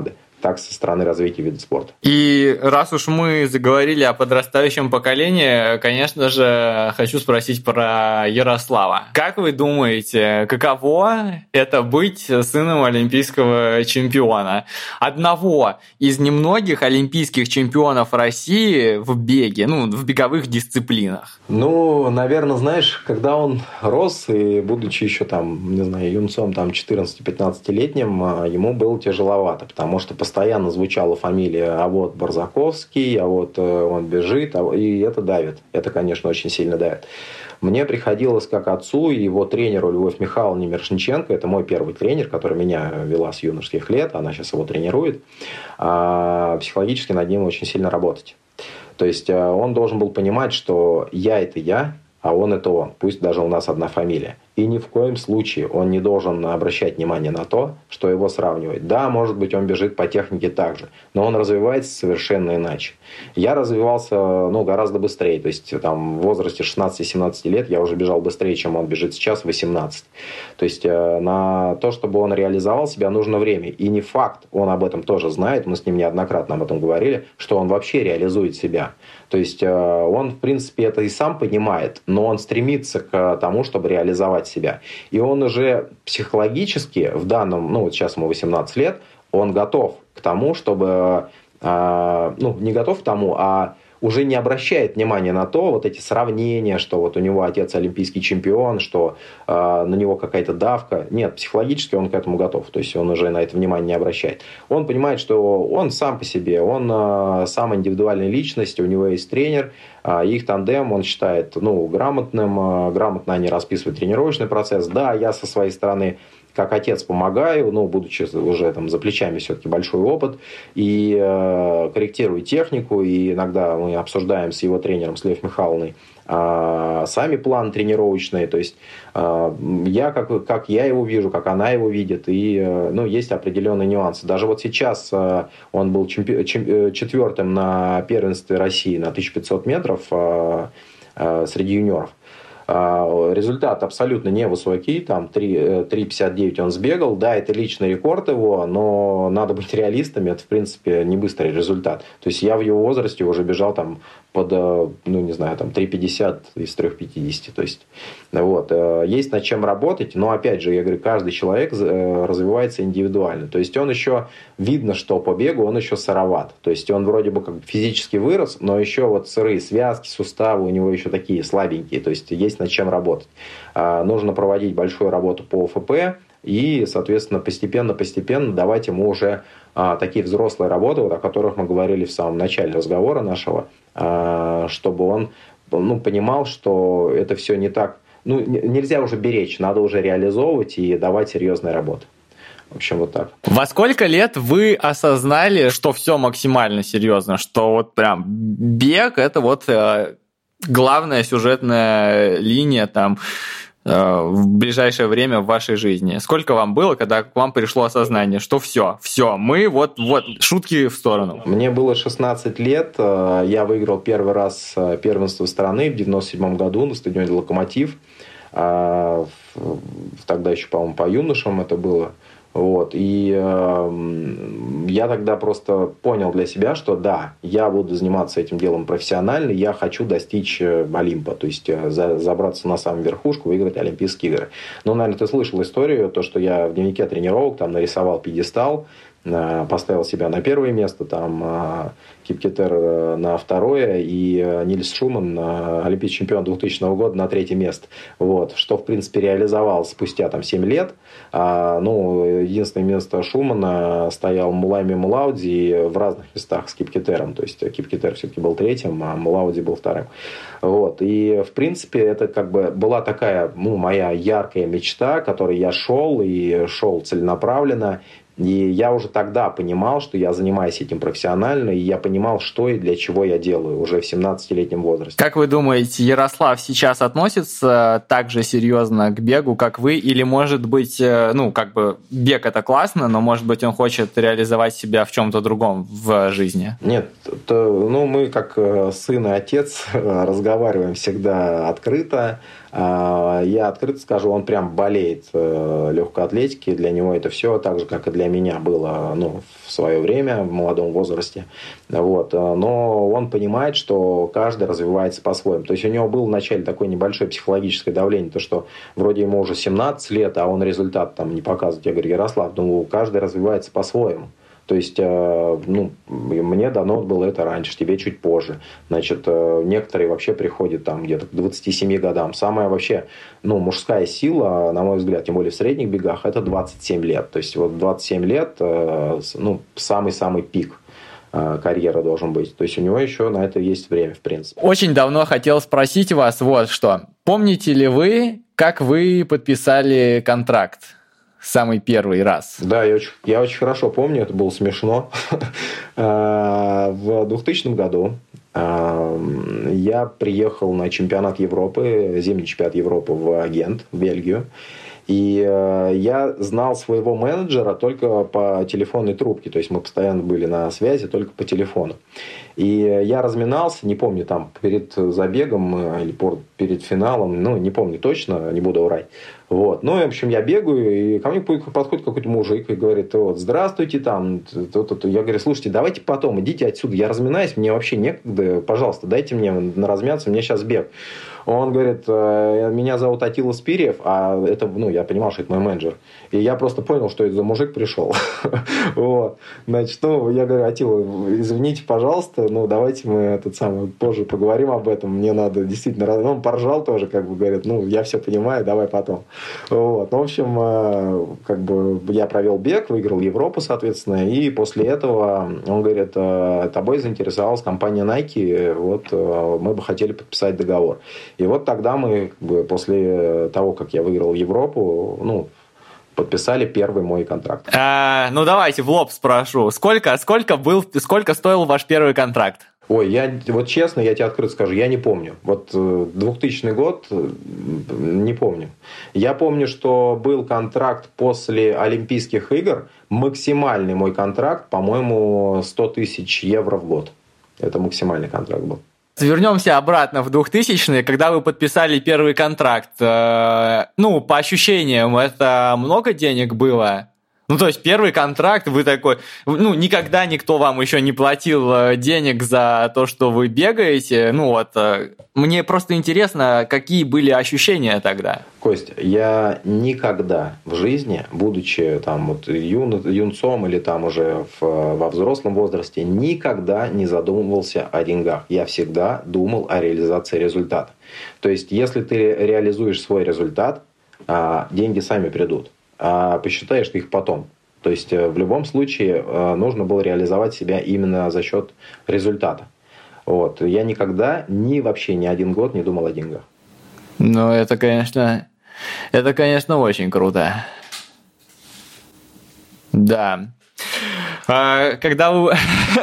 так со стороны развития вида спорта. И раз уж мы заговорили о подрастающем поколении, конечно же, хочу спросить про Ярослава. Как вы думаете, каково это быть сыном олимпийского чемпиона? Одного из немногих олимпийских чемпионов России в беге, в беговых дисциплинах. Наверное, знаешь, когда он рос, и будучи еще юнцом 14-15-летним, ему было тяжеловато, потому что постоянно звучала фамилия, а вот Барзаковский, а вот он бежит, и это давит. Это, конечно, очень сильно давит. Мне приходилось как отцу и его тренеру Любовь Михайловне Мирошниченко, это мой первый тренер, который меня вела с юношеских лет, она сейчас его тренирует, психологически над ним очень сильно работать. То есть он должен был понимать, что я – это я, а он – это он. Пусть даже у нас одна фамилия. И ни в коем случае он не должен обращать внимание на то, что его сравнивает. Да, может быть, он бежит по технике так же, но он развивается совершенно иначе. Я развивался гораздо быстрее. То есть в возрасте 16-17 лет я уже бежал быстрее, чем он бежит сейчас в 18. То есть на то, чтобы он реализовал себя, нужно время. И не факт, он об этом тоже знает, мы с ним неоднократно об этом говорили, что он вообще реализует себя. То есть он, в принципе, это и сам понимает, но он стремится к тому, чтобы реализовать себя. И он уже психологически в данном, сейчас ему 18 лет, он готов к тому, чтобы, не готов к тому, а уже не обращает внимания на то, вот эти сравнения, что вот у него отец олимпийский чемпион, что на него какая-то давка. Нет, психологически он к этому готов. То есть он уже на это внимание не обращает. Он понимает, что он сам по себе, он сам индивидуальная личность, у него есть тренер, их тандем он считает грамотным, грамотно они расписывают тренировочный процесс. Да, я со своей стороны как отец помогаю, будучи уже за плечами все-таки большой опыт, и корректирую технику, и иногда мы обсуждаем с его тренером, с Лев Михайловной, сами планы тренировочные, то есть я как я его вижу, как она его видит, и есть определенные нюансы. Даже вот сейчас он был четвертым на первенстве России на 1500 метров среди юниоров. Результат абсолютно невысокий, 3:59 он сбегал, да, это личный рекорд его, но надо быть реалистами, это в принципе не быстрый результат. То есть я в его возрасте уже бежал под, 3:50 из 3:50, то есть есть над чем работать, но опять же, я говорю, каждый человек развивается индивидуально, то есть он еще, видно, что по бегу он еще сыроват, то есть он вроде бы как физически вырос, но еще сырые связки, суставы у него еще такие слабенькие, то есть есть над чем работать. Нужно проводить большую работу по ОФП и, соответственно, постепенно давать ему уже такие взрослые работы, о которых мы говорили в самом начале разговора нашего, чтобы он понимал, что это все не так, нельзя уже беречь, надо уже реализовывать и давать серьезные работы. В общем, вот так. Во сколько лет вы осознали, что все максимально серьезно, что прям бег – это главная сюжетная линия в ближайшее время в вашей жизни? Сколько вам было, когда к вам пришло осознание, что все, мы шутки в сторону? Мне было 16 лет, я выиграл первый раз первенство страны в 97 году на стадионе «Локомотив». Тогда еще, по-моему, по юношам это было. И я тогда просто понял для себя, что да, я буду заниматься этим делом профессионально, я хочу достичь Олимпа, то есть забраться на самую верхушку, выиграть Олимпийские игры. Наверное, ты слышал историю, то, что я в дневнике тренировок нарисовал пьедестал, поставил себя на первое место, Кипкетер на второе и Нильс Шуман, олимпийский чемпион 2000 года, на третье место. Что, в принципе, реализовал спустя 7 лет. Единственное место Шумана стоял Мулайми Мулауди в разных местах с Кипкетером. То есть Кипкетер все-таки был третьим, а Мулауди был вторым. И, в принципе, это была такая моя яркая мечта, к которой я шел целенаправленно. И я уже тогда понимал, что я занимаюсь этим профессионально, и я понимал, что и для чего я делаю уже в 17-летнем возрасте. Как вы думаете, Ярослав сейчас относится так же серьезно к бегу, как вы? Или, может быть, бег – это классно, но, может быть, он хочет реализовать себя в чем-то другом в жизни? Нет, Мы как сын и отец разговариваем всегда открыто. Я открыто скажу, он прям болеет легкой атлетикой. Для него это все так же, как и для меня было в свое время, в молодом возрасте. Вот. Но он понимает, что каждый развивается по-своему. То есть у него было вначале такое небольшое психологическое давление, то что вроде ему уже 17 лет, а он результат там не показывает. Я говорю: Ярослав, каждый развивается по-своему. То есть, мне дано было это раньше, тебе чуть позже. Значит, некоторые вообще приходят там где-то к 27 годам. Самая вообще, мужская сила, на мой взгляд, тем более в средних бегах, это 27 лет. То есть, 27 лет, самый-самый пик карьеры должен быть. То есть, у него еще на это есть время, в принципе. Очень давно хотел спросить вас вот что. Помните ли вы, как вы подписали контракт? Самый первый раз. Да, я очень хорошо помню, это было смешно. В 2000 году я приехал на чемпионат Европы, зимний чемпионат Европы в Гент, в Бельгию. И я знал своего менеджера только по телефонной трубке. То есть мы постоянно были на связи только по телефону. И я разминался, не помню, там перед забегом или перед финалом, не помню точно, не буду врать. Вот. В общем, я бегаю, и ко мне подходит какой-то мужик и говорит: здравствуйте, там. Я говорю: слушайте, давайте потом, идите отсюда, я разминаюсь, мне вообще некогда, пожалуйста, дайте мне размяться, мне сейчас бег. Он говорит: меня зовут Атила Спирьев, а это, я понимал, что это мой менеджер. И я просто понял, что это за мужик пришел. Вот. Значит, я говорю: Атила, извините, пожалуйста, давайте мы позже поговорим об этом, мне надо действительно... Он поржал тоже, говорит: я все понимаю, давай потом. Вот. В общем, я провел бег, выиграл Европу, соответственно, и после этого он говорит: тобой заинтересовалась компания Nike, вот мы бы хотели подписать договор. И вот тогда мы, после того, как я выиграл Европу, подписали первый мой контракт. Давайте в лоб спрошу. Сколько стоил ваш первый контракт? Ой, честно, я тебе открыто скажу, я не помню. 2000 год, не помню. Я помню, что был контракт после Олимпийских игр. Максимальный мой контракт, по-моему, 100 тысяч евро в год. Это максимальный контракт был. Вернемся обратно в 2000-е, когда вы подписали первый контракт. По ощущениям, это много денег было? То есть первый контракт, вы такой... никогда никто вам еще не платил денег за то, что вы бегаете. Мне просто интересно, какие были ощущения тогда? Кость, я никогда в жизни, будучи юнцом или уже во взрослом возрасте, никогда не задумывался о деньгах. Я всегда думал о реализации результата. То есть, если ты реализуешь свой результат, деньги сами придут. А посчитаешь ты их потом. То есть, в любом случае, нужно было реализовать себя именно за счет результата. Вот. Я никогда, вообще ни один год не думал о деньгах. Это, конечно, очень круто. Да. Когда вы...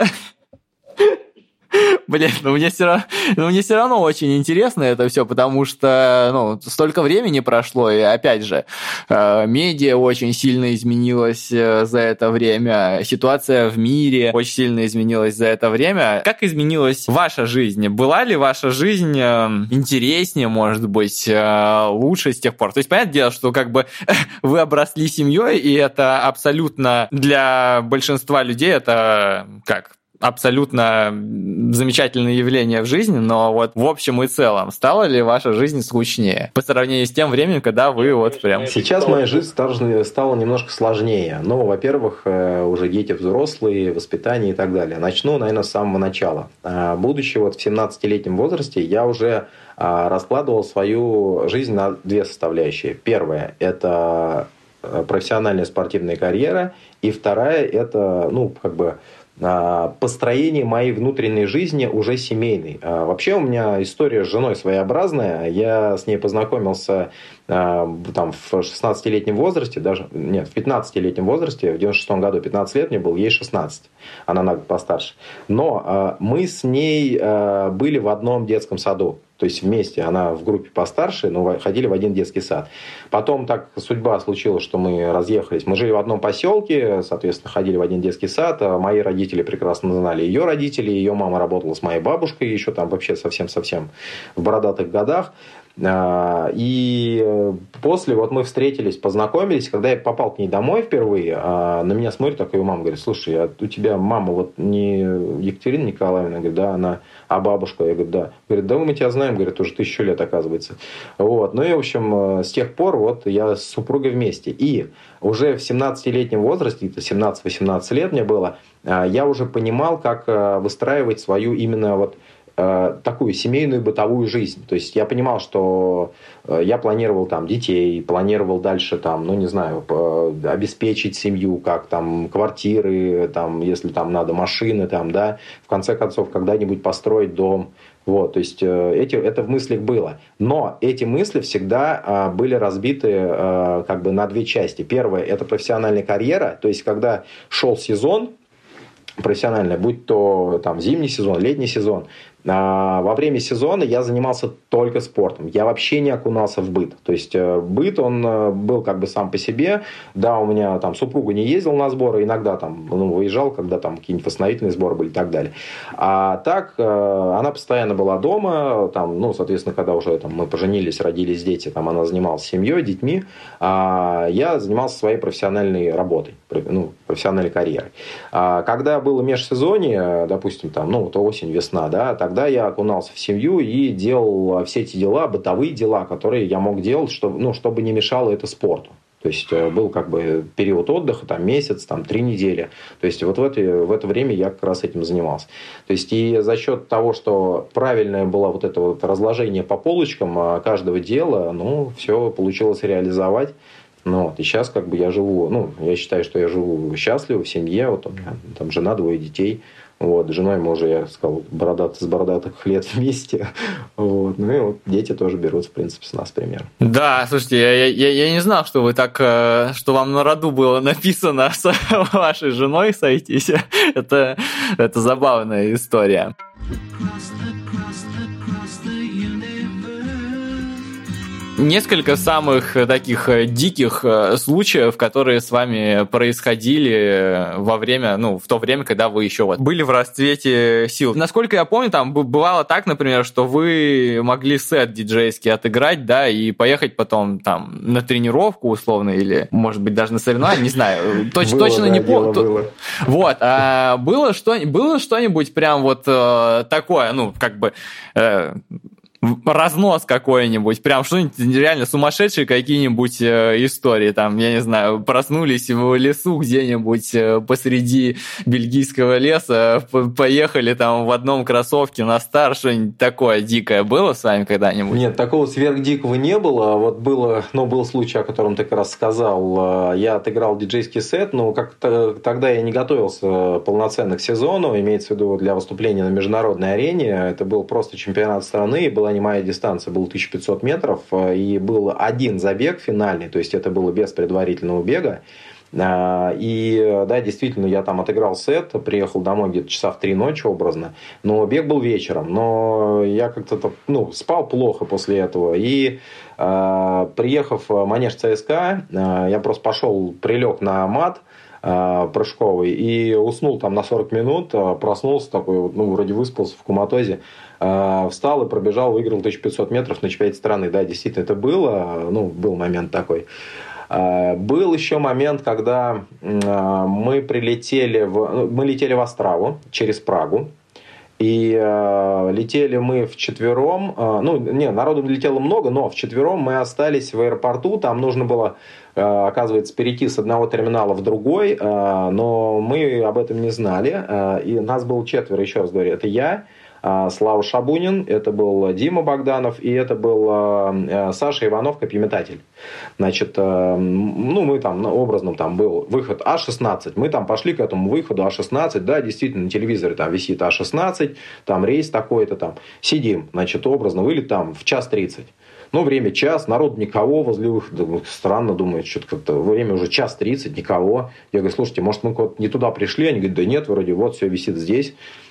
мне все равно очень интересно это все, потому что, столько времени прошло, и опять же, медиа очень сильно изменилась за это время, ситуация в мире очень сильно изменилась за это время. Как изменилась ваша жизнь? Была ли ваша жизнь интереснее, может быть, лучше с тех пор? То есть, понятное дело, что вы обросли семьей, и это абсолютно для большинства людей это абсолютно замечательное явление в жизни, но в общем и целом, стала ли ваша жизнь скучнее по сравнению с тем временем, когда вы прям... Сейчас моя жизнь стала немножко сложнее. Во-первых, уже дети взрослые, воспитание и так далее. Начну, наверное, с самого начала. Будучи в 17-летнем возрасте, я уже раскладывал свою жизнь на две составляющие. Первая – это профессиональная спортивная карьера, и вторая – это, построение моей внутренней жизни уже семейной. Вообще у меня история с женой своеобразная. Я с ней познакомился в 16-летнем возрасте, в 15-летнем возрасте, в 96-м году 15 лет мне было, ей 16. Она на год постарше. Но мы с ней были в одном детском саду. То есть вместе, она в группе постарше, но ходили в один детский сад. Потом так судьба случилась, что мы разъехались. Мы жили в одном поселке, соответственно, ходили в один детский сад. Мои родители прекрасно знали ее родителей. Ее мама работала с моей бабушкой еще там вообще совсем-совсем в бородатых годах. И после вот мы встретились, познакомились. Когда я попал к ней домой впервые, на меня смотрит такая мама, говорит: слушай, а у тебя мама вот не Екатерина Николаевна? Говорит, да, она, а бабушка? Я говорю, да. Говорит, да мы тебя знаем, говорит, уже 1000 лет, оказывается. Вот. Ну и, в общем, с тех пор вот я с супругой вместе. И уже в 17-летнем возрасте, 17-18 лет мне было, я уже понимал, как выстраивать свою именно вот такую семейную бытовую жизнь. То есть я понимал, что я планировал там детей, планировал дальше там, ну не знаю, обеспечить семью, как там квартиры, там, если там надо машины, там, да, в конце концов когда-нибудь построить дом. Вот, то есть это в мыслях было. Но эти мысли всегда были разбиты как бы на две части. Первое – это профессиональная карьера, то есть когда шел сезон профессиональный, будь то там зимний сезон, летний сезон, во время сезона я занимался только спортом. Я вообще не окунался в быт. То есть быт, он был как бы сам по себе. Да, у меня там супруга не ездила на сборы, иногда там выезжал, когда там какие-нибудь восстановительные сборы были и так далее. А так она постоянно была дома. Там, ну, соответственно, когда уже там, мы поженились, родились дети, там она занималась семьей, детьми. А я занимался своей профессиональной работой, ну, профессиональной карьерой. А когда было межсезонье, допустим, там, ну, то осень, весна, да, тогда я окунался в семью и делал все эти дела, бытовые дела, которые я мог делать, чтобы не мешало это спорту. То есть был как бы период отдыха, там месяц, там 3 недели. То есть вот в это время я как раз этим занимался. То есть и за счет того, что правильное было вот это вот разложение по полочкам каждого дела, ну, все получилось реализовать. Ну, вот. И сейчас как бы я живу, ну, я считаю, что я живу счастливо в семье, вот у меня там жена, 2 детей. Вот, с женой мы уже, я сказал, с бородатых лет вместе. Вот. Ну и вот дети тоже берут, в принципе, с нас пример. Да, слушайте, я не знал, что вы так, что вам на роду было написано с вашей женой сойтись. Это забавная история. Несколько самых таких диких случаев, которые с вами происходили во время, ну, в то время, когда вы еще вот были в расцвете сил. Насколько я помню, там бывало так, например, что вы могли сет диджейский отыграть, да, и поехать потом там на тренировку условно, или, может быть, даже на соревнования, не знаю, точно не помню. Вот, было что-нибудь прям вот такое, ну, как бы... разнос какой-нибудь, прям что-нибудь реально сумасшедшие какие-нибудь истории, там, я не знаю, проснулись в лесу где-нибудь посреди бельгийского леса, поехали там в одном кроссовке на старт, что-нибудь такое дикое было с вами когда-нибудь? Нет, такого сверхдикого не было. Вот был случай, о котором ты как раз сказал. Я отыграл диджейский сет, но как-то тогда я не готовился полноценно к сезону, имеется в виду для выступления на международной арене. Это был просто чемпионат страны, была не моя дистанция, было 1500 метров, и был один забег финальный, то есть это было без предварительного бега. И да, действительно, я там отыграл сет, приехал домой где-то часа в 3 ночи образно, но бег был вечером, но я как-то спал плохо после этого. И приехав в манеж ЦСКА, я просто прилег на мат прыжковый и уснул там на 40 минут, проснулся такой, вроде выспался в коматозе, встал и пробежал, выиграл 1500 метров на чемпионате страны. Да, действительно, это было, был момент такой. Был еще момент, когда мы летели в Острову через Прагу. И летели мы вчетвером. Народу летело много, но вчетвером мы остались в аэропорту. Там нужно было, оказывается, перейти с одного терминала в другой. Но мы об этом не знали. И нас было 4, еще раз говорю. Это я, Слава Шабунин, это был Дима Богданов, и это был Саша Иванов, копьеметатель. Значит, мы там, образно, там был выход А-16, мы там пошли к этому выходу А-16, да, действительно, на телевизоре там висит А-16, там рейс такой-то, там, сидим, значит, образно, вылет там в 1:30. Время час, народ никого возле выхода. Странно, думает, что-то как-то время уже 1:30, никого. Я говорю, слушайте, может, мы не туда пришли? Они говорят, да нет, вроде вот все висит здесь.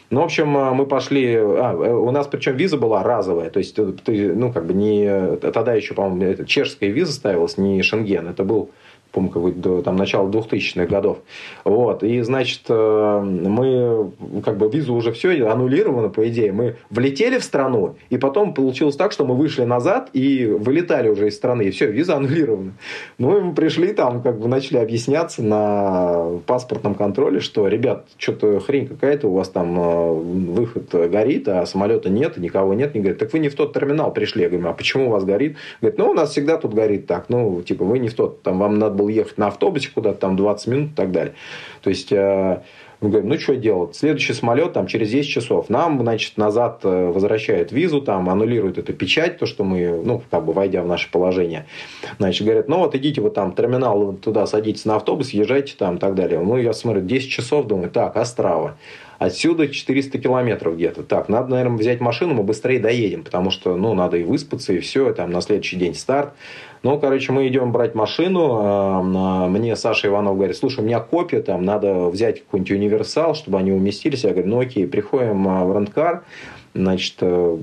Ну, в общем, мы пошли... у нас причем виза была разовая. То есть, ты, ну, как бы не... Тогда еще, по-моему, чешская виза ставилась, не Шенген. Это был, по-моему, до там, начала 2000-х годов. Вот. И, значит, мы... Как бы визу уже все аннулировано, по идее. Мы влетели в страну, и потом получилось так, что мы вышли назад и вылетали уже из страны. И все, виза аннулирована. Ну, и мы пришли там, как бы начали объясняться на паспортном контроле, что, ребят, что-то хрень какая-то, у вас там выход горит, а самолета нет, и никого нет. Они говорят, так вы не в тот терминал пришли. Я говорю, а почему у вас горит? Говорят, ну, у нас всегда тут горит так. Ну, типа, вы не в тот. Там вам надо было ехать на автобусе куда-то, там 20 минут и так далее. То есть... Мы говорим, ну, что делать? Следующий самолет там через 10 часов. Нам, значит, назад возвращают визу, там, аннулируют эту печать, то, что мы, ну, как бы, войдя в наше положение. Значит, говорят, ну, вот идите вот там в терминал, туда садитесь на автобус, езжайте там и так далее. Ну, я смотрю, 10 часов, думаю, так, Острава. Отсюда 400 километров где-то. Так, надо, наверное, взять машину, мы быстрее доедем, потому что, ну, надо и выспаться, и все, там на следующий день старт. Ну, короче, мы идем брать машину, мне Саша Иванов говорит, слушай, у меня копия, там, надо взять какой-нибудь универсал, чтобы они уместились. Я говорю, ну, окей, приходим в рент-кар. Значит,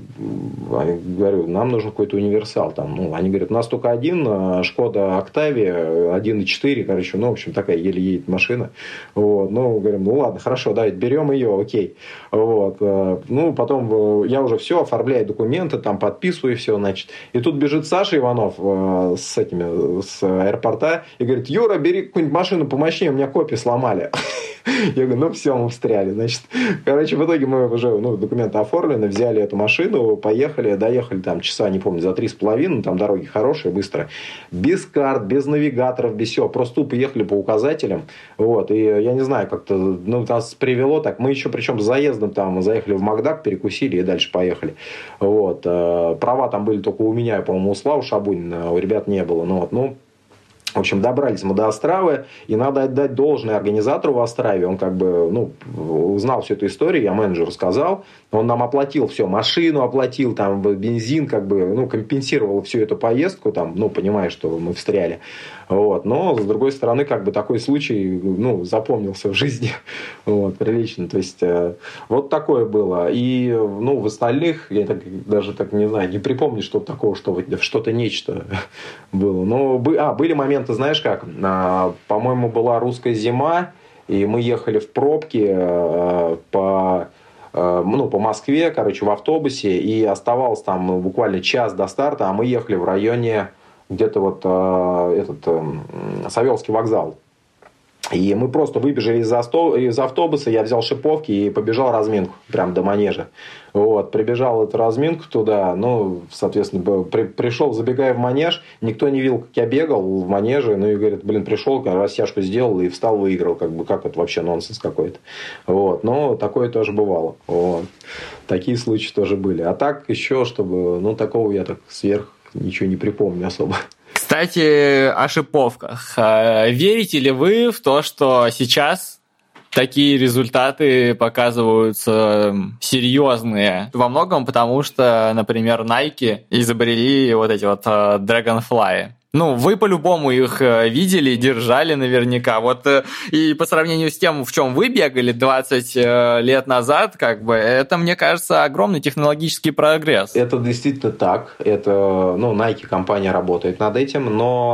говорю, нам нужен какой-то универсал. Там, ну, они говорят, у нас только один, Шкода Октавия, 1.4, короче, ну, в общем, такая еле едет машина. Вот, ну, говорим, ну, ладно, хорошо, давайте берем ее, окей. Вот, ну, потом я уже все, оформляю документы, там, подписываю все, значит. И тут бежит Саша Иванов с аэропорта и говорит, Юра, бери какую-нибудь машину помощнее, у меня копии сломали. Я говорю, ну, все, мы встряли. Значит, короче, в итоге мы уже, ну, документы оформлены, взяли эту машину, поехали, доехали там часа, не помню, за 3,5, там дороги хорошие, быстро. Без карт, без навигаторов, без всего. Просто тупо ехали по указателям. Вот, и я не знаю, как-то, ну, нас привело так. Мы еще, причем, с заездом там заехали в Макдак, перекусили и дальше поехали. Вот. Права там были только у меня, по-моему, у Славы Шабунина, у ребят не было. Ну, вот, ну, в общем, добрались мы до Островы, и надо отдать должное организатору в Острове. Он как бы, ну, узнал всю эту историю, я менеджеру сказал. Он нам оплатил все, машину оплатил, там, бензин, как бы, ну, компенсировал всю эту поездку, там, ну, понимая, что мы встряли. Вот. Но, с другой стороны, как бы такой случай, ну, запомнился в жизни. Вот, прилично. То есть, вот такое было. И, ну, в остальных, я так, даже так не знаю, не припомню, что такого, что-то нечто было. Но были моменты, знаешь как, по-моему, была русская зима, и мы ехали в пробке по Москве, короче, в автобусе, и оставалось там буквально час до старта, а мы ехали в районе где-то вот Савеловский вокзал. И мы просто выбежали из автобуса, я взял шиповки и побежал разминку, прям до манежа. Вот, прибежал эту разминку туда, ну, соответственно, пришел, забегая в манеж, никто не видел, как я бегал в манеже, ну, и говорит, блин, пришел, растяжку сделал и встал, выиграл, как бы, как это вообще нонсенс какой-то. Вот, но такое тоже бывало. Вот. Такие случаи тоже были. А так еще, чтобы, ну, такого я так сверх ничего не припомню особо. Кстати, о шиповках. Верите ли вы в то, что сейчас такие результаты показываются серьезные? Во многом потому, что, например, Nike изобрели вот эти вот Dragonfly. Ну, вы по-любому их видели, держали наверняка. Вот и по сравнению с тем, в чем вы бегали 20 лет назад, как бы, это, мне кажется, огромный технологический прогресс. Это действительно так. Это, ну, Nike компания работает над этим,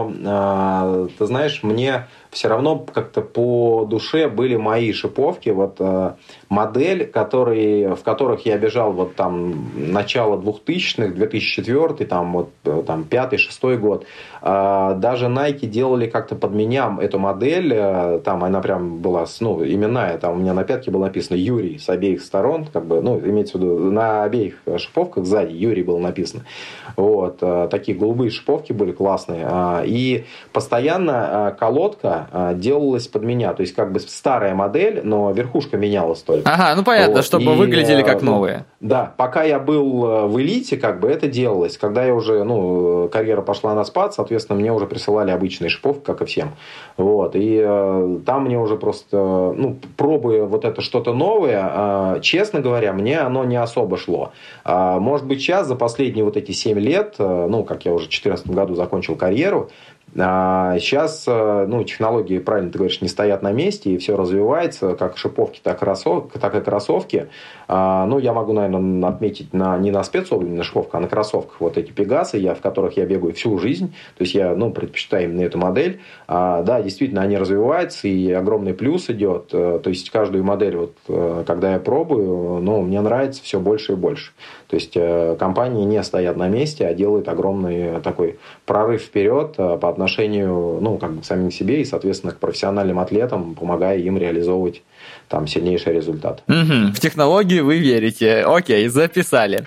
но, ты знаешь, мне все равно как-то по душе были мои шиповки. Вот модель, в которых я бежал вот там начало 2000-х, 2004, там, вот, там 5-6 год. Даже Nike делали как-то под меня эту модель. Там она прям была, ну, именная. Там у меня на пятке было написано Юрий с обеих сторон. Как бы, ну, имеется в виду, на обеих шиповках сзади Юрий было написано. Вот. Такие голубые шиповки были классные. И постоянно колодка делалась под меня. То есть, как бы старая модель, но верхушка менялась только. Ага, ну понятно, вот. Чтобы выглядели как новые. Да, пока я был в элите, как бы это делалось. Когда я уже, ну, карьера пошла на спад, соответственно, мне уже присылали обычные шиповки, как и всем. Вот. И там мне уже просто, ну, пробуя вот это что-то новое, честно говоря, мне оно не особо шло. Может быть, сейчас, за последние вот эти 7 лет, ну, как я уже в 2014 году закончил карьеру, Сейчас, технологии, правильно ты говоришь, не стоят на месте, и все развивается, как шиповки, так и кроссовки. Я могу, наверное, отметить не на спецобуви, на шиповках, а на кроссовках вот эти Пегасы, в которых я бегаю всю жизнь. То есть я предпочитаю именно эту модель. Да, действительно, они развиваются, и огромный плюс идет. То есть каждую модель, когда я пробую, мне нравится все больше и больше. То есть компании не стоят на месте, а делают огромный такой прорыв вперед по отношению к самим себе и, соответственно, к профессиональным атлетам, помогая им реализовывать там сильнейший результат. В технологии вы верите. Окей, записали.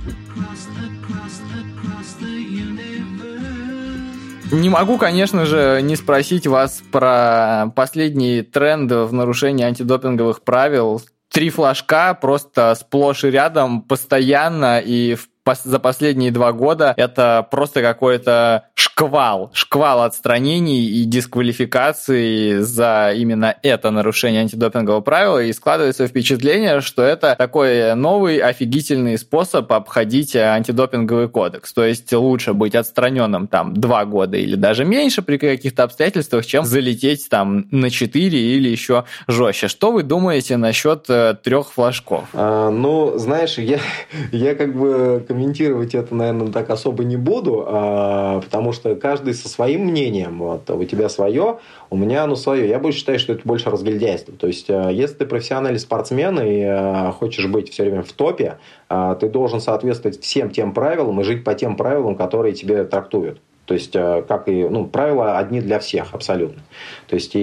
Не могу, конечно же, не спросить вас про последний тренд в нарушении антидопинговых правил. 3 флажка просто сплошь и рядом, постоянно, и за последние 2 года это просто какой-то шквал отстранений и дисквалификаций за именно это нарушение антидопингового правила, и складывается впечатление, что это такой новый офигительный способ обходить антидопинговый кодекс. То есть лучше быть отстраненным 2 года или даже меньше при каких-то обстоятельствах, чем залететь на 4 или еще жестче. Что вы думаете насчет 3 флажков? Знаешь, я комментировать это, наверное, так особо не буду, потому что каждый со своим мнением. У тебя свое, у меня свое. Я больше считаю, что это больше разгильдяйство. То есть, если ты профессиональный спортсмен и хочешь быть все время в топе, ты должен соответствовать всем тем правилам и жить по тем правилам, которые тебе трактуют. То есть, правила одни для всех абсолютно. То есть,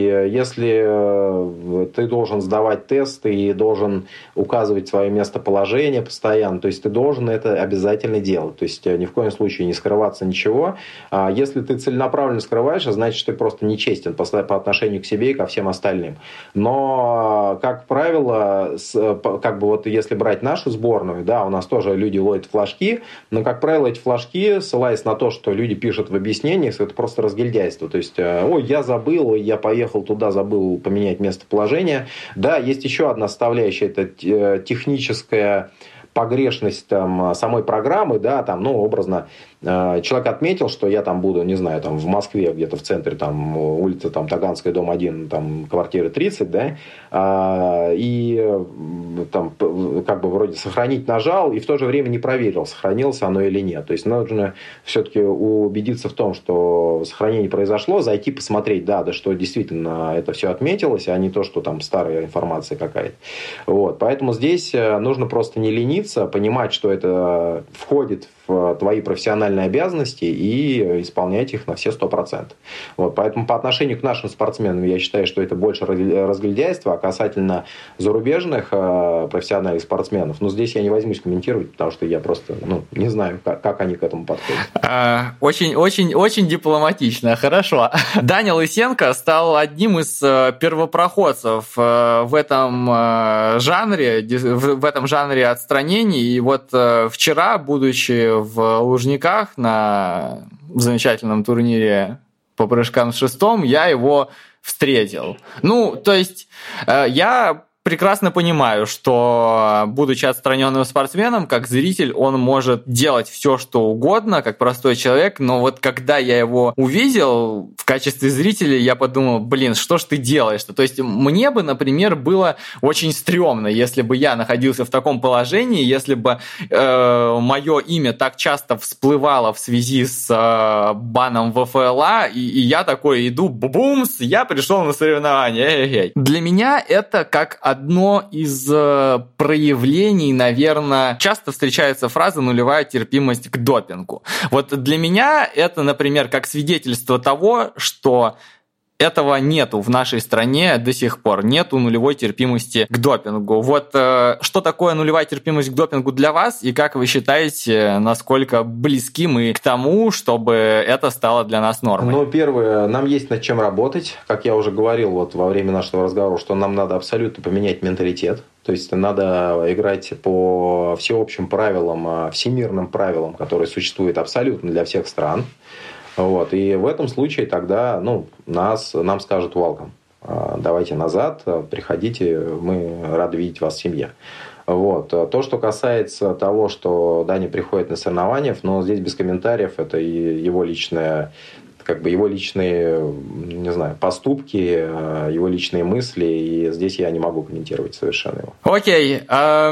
если ты должен сдавать тесты и должен указывать свое местоположение постоянно, то есть, ты должен это обязательно делать. То есть, ни в коем случае не скрываться ничего. Если ты целенаправленно скрываешь, значит, ты просто нечестен по отношению к себе и ко всем остальным. Но, как правило, если брать нашу сборную, да, у нас тоже люди ловят флажки, но, как правило, эти флажки, ссылаясь на то, что люди пишут в объяснениях, это просто разгильдяйство. То есть, я забыл, я поехал туда, забыл поменять местоположение. Да, есть еще одна составляющая, это техническая погрешность самой программы, да, образно, человек отметил, что я буду, не знаю, в Москве, где-то в центре, улица Таганская, дом 1, квартира 30, да, и вроде сохранить нажал, и в то же время не проверил, сохранилось оно или нет. То есть, нужно все-таки убедиться в том, что сохранение произошло, зайти посмотреть, да, что действительно это все отметилось, а не то, что старая информация какая-то. Поэтому здесь нужно просто не лениться, понимать, что это входит в твои профессиональные обязанности и исполнять их на все 100%. Поэтому по отношению к нашим спортсменам я считаю, что это больше разгильдяйство, а касательно зарубежных профессиональных спортсменов, здесь я не возьмусь комментировать, потому что я просто не знаю, как они к этому подходят. Очень дипломатично, хорошо. Даня Лысенко стал одним из первопроходцев в этом жанре отстранений. И вчера, будучи в Лужниках на замечательном турнире по прыжкам с шестом, я его встретил. То есть я прекрасно понимаю, что, будучи отстраненным спортсменом, как зритель, он может делать все, что угодно, как простой человек, но когда я его увидел в качестве зрителя, я подумал, что ж ты делаешь-то? То есть мне бы, например, было очень стрёмно, если бы я находился в таком положении, если бы мое имя так часто всплывало в связи с баном ВФЛА, и я такой иду, бумс, я пришел на соревнования. Для меня это как одно из проявлений, наверное, часто встречается фраза «нулевая терпимость к допингу». Для меня это, например, как свидетельство того, что этого нету в нашей стране до сих пор. Нету нулевой терпимости к допингу. Что такое нулевая терпимость к допингу для вас, и как вы считаете, насколько близки мы к тому, чтобы это стало для нас нормой? Первое, нам есть над чем работать. Как я уже говорил во время нашего разговора, что нам надо абсолютно поменять менталитет. То есть надо играть по всеобщим правилам, всемирным правилам, которые существуют абсолютно для всех стран. И в этом случае тогда нам скажут welcome. Давайте назад, приходите, мы рады видеть вас в семье. То, что касается того, что Даня приходит на соревнования, но здесь без комментариев, это и его личное, как бы его личные, не знаю, поступки, его личные мысли, и здесь я не могу комментировать совершенно его. Окей.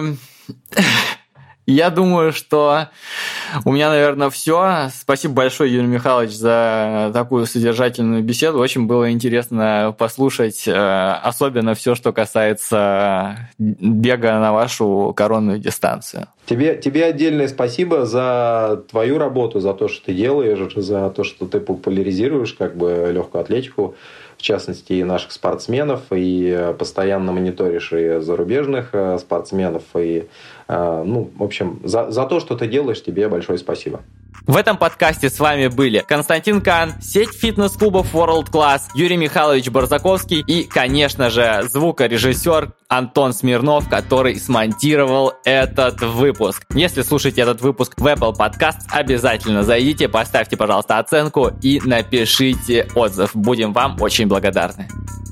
Я думаю, что у меня, наверное, все. Спасибо большое, Юрий Михайлович, за такую содержательную беседу. Очень было интересно послушать, особенно все, что касается бега на вашу коронную дистанцию. Тебе отдельное спасибо за твою работу, за то, что ты делаешь, за то, что ты популяризируешь как бы легкую атлетику, в частности, и наших спортсменов, и постоянно мониторишь и зарубежных спортсменов, и, в общем, за то, что ты делаешь, тебе большое спасибо. В этом подкасте с вами были Константин Кан, сеть фитнес-клубов World Class, Юрий Михайлович Барзаковский и, конечно же, звукорежиссер Антон Смирнов, который смонтировал этот выпуск. Если слушаете этот выпуск в Apple Podcasts, обязательно зайдите, поставьте, пожалуйста, оценку и напишите отзыв. Будем вам очень благодарны.